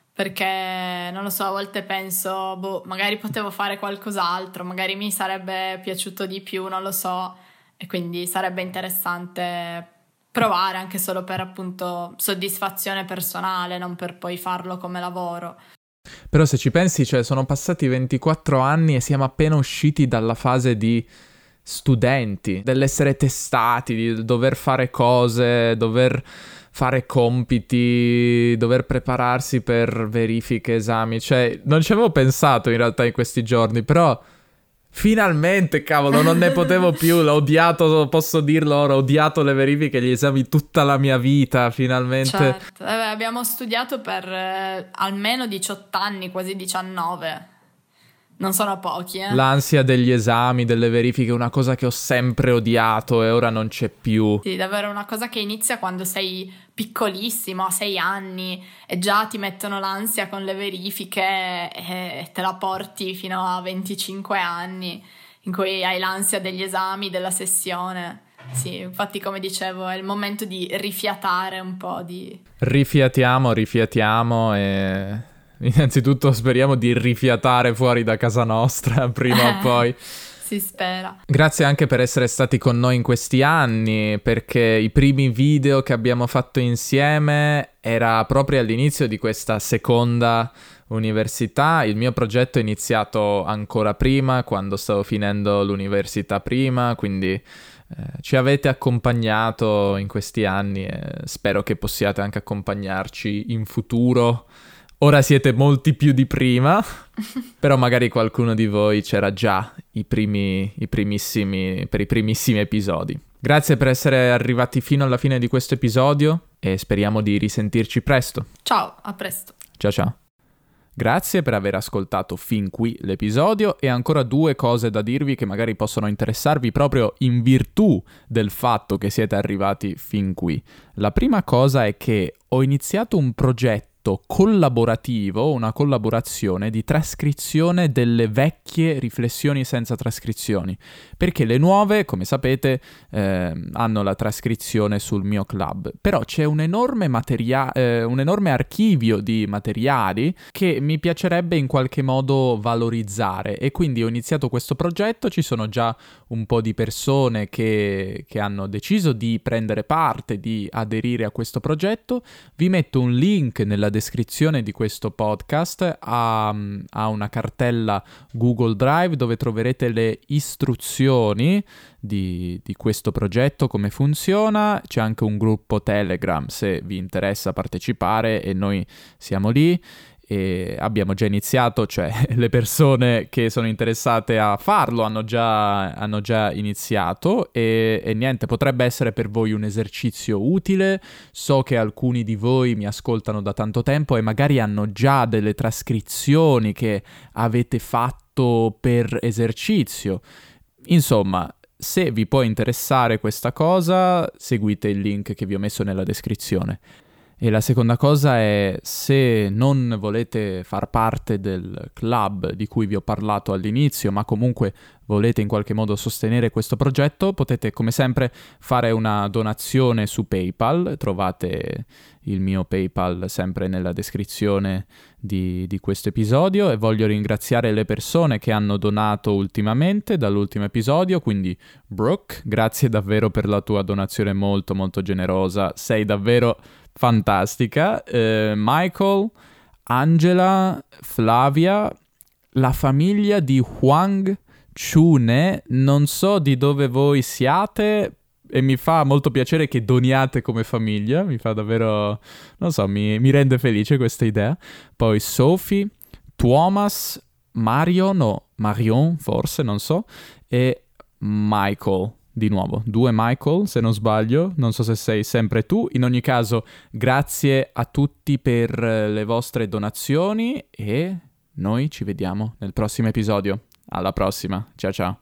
perché non lo so, a volte penso boh, magari potevo fare qualcos'altro, magari mi sarebbe piaciuto di più, non lo so, e quindi sarebbe interessante provare anche solo per appunto soddisfazione personale, non per poi farlo come lavoro. Però se ci pensi, cioè sono passati ventiquattro anni e siamo appena usciti dalla fase di studenti, dell'essere testati, di dover fare cose, dover fare compiti, dover prepararsi per verifiche, esami. Cioè, non ci avevo pensato in realtà in questi giorni, però finalmente, cavolo, non ne potevo più, l'ho odiato, posso dirlo ora, ho odiato le verifiche e gli esami tutta la mia vita, finalmente. Certo, eh, abbiamo studiato per eh, almeno diciotto anni, quasi diciannove. Non sono pochi, eh. L'ansia degli esami, delle verifiche, è una cosa che ho sempre odiato e ora non c'è più. Sì, davvero una cosa che inizia quando sei piccolissimo, a sei anni, e già ti mettono l'ansia con le verifiche e te la porti fino a venticinque anni, in cui hai l'ansia degli esami, della sessione. Sì, infatti come dicevo è il momento di rifiatare un po' di... Rifiatiamo, rifiatiamo e... Innanzitutto speriamo di rifiatare fuori da casa nostra prima o poi. Si spera. Grazie anche per essere stati con noi in questi anni, perché i primi video che abbiamo fatto insieme era proprio all'inizio di questa seconda università. Il mio progetto è iniziato ancora prima, quando stavo finendo l'università prima, quindi eh, ci avete accompagnato in questi anni e spero che possiate anche accompagnarci in futuro. Ora siete molti più di prima, però magari qualcuno di voi c'era già i primi, i primissimi, per i primissimi episodi. Grazie per essere arrivati fino alla fine di questo episodio e speriamo di risentirci presto. Ciao, a presto. Ciao ciao. Grazie per aver ascoltato fin qui l'episodio e ancora due cose da dirvi che magari possono interessarvi proprio in virtù del fatto che siete arrivati fin qui. La prima cosa è che ho iniziato un progetto collaborativo, una collaborazione di trascrizione delle vecchie riflessioni senza trascrizioni, perché le nuove, come sapete, eh, hanno la trascrizione sul mio club, però c'è un enorme materia- eh, un enorme archivio di materiali che mi piacerebbe in qualche modo valorizzare e quindi ho iniziato questo progetto. Ci sono già un po' di persone che, che hanno deciso di prendere parte, di aderire a questo progetto. Vi metto un link nella descrizione di questo podcast a, a una cartella Google Drive dove troverete le istruzioni di, di questo progetto, come funziona. C'è anche un gruppo Telegram se vi interessa partecipare e noi siamo lì. E abbiamo già iniziato, cioè le persone che sono interessate a farlo hanno già, hanno già iniziato e, e niente, potrebbe essere per voi un esercizio utile. So che alcuni di voi mi ascoltano da tanto tempo e magari hanno già delle trascrizioni che avete fatto per esercizio. Insomma, se vi può interessare questa cosa, seguite il link che vi ho messo nella descrizione. E la seconda cosa è, se non volete far parte del club di cui vi ho parlato all'inizio, ma comunque volete in qualche modo sostenere questo progetto, potete come sempre fare una donazione su PayPal. Trovate il mio PayPal sempre nella descrizione di, di questo episodio e voglio ringraziare le persone che hanno donato ultimamente dall'ultimo episodio, quindi Brooke, grazie davvero per la tua donazione molto molto generosa, sei davvero fantastica. eh, Michael, Angela, Flavia, la famiglia di Huang Chune, non so di dove voi siate e mi fa molto piacere che doniate come famiglia, mi fa davvero, non so, mi, mi rende felice questa idea. Poi Sophie, Thomas, Marion o Marion forse, non so, e Michael. Di nuovo, due Michael, se non sbaglio, non so se sei sempre tu. In ogni caso, grazie a tutti per le vostre donazioni e noi ci vediamo nel prossimo episodio. Alla prossima, ciao ciao.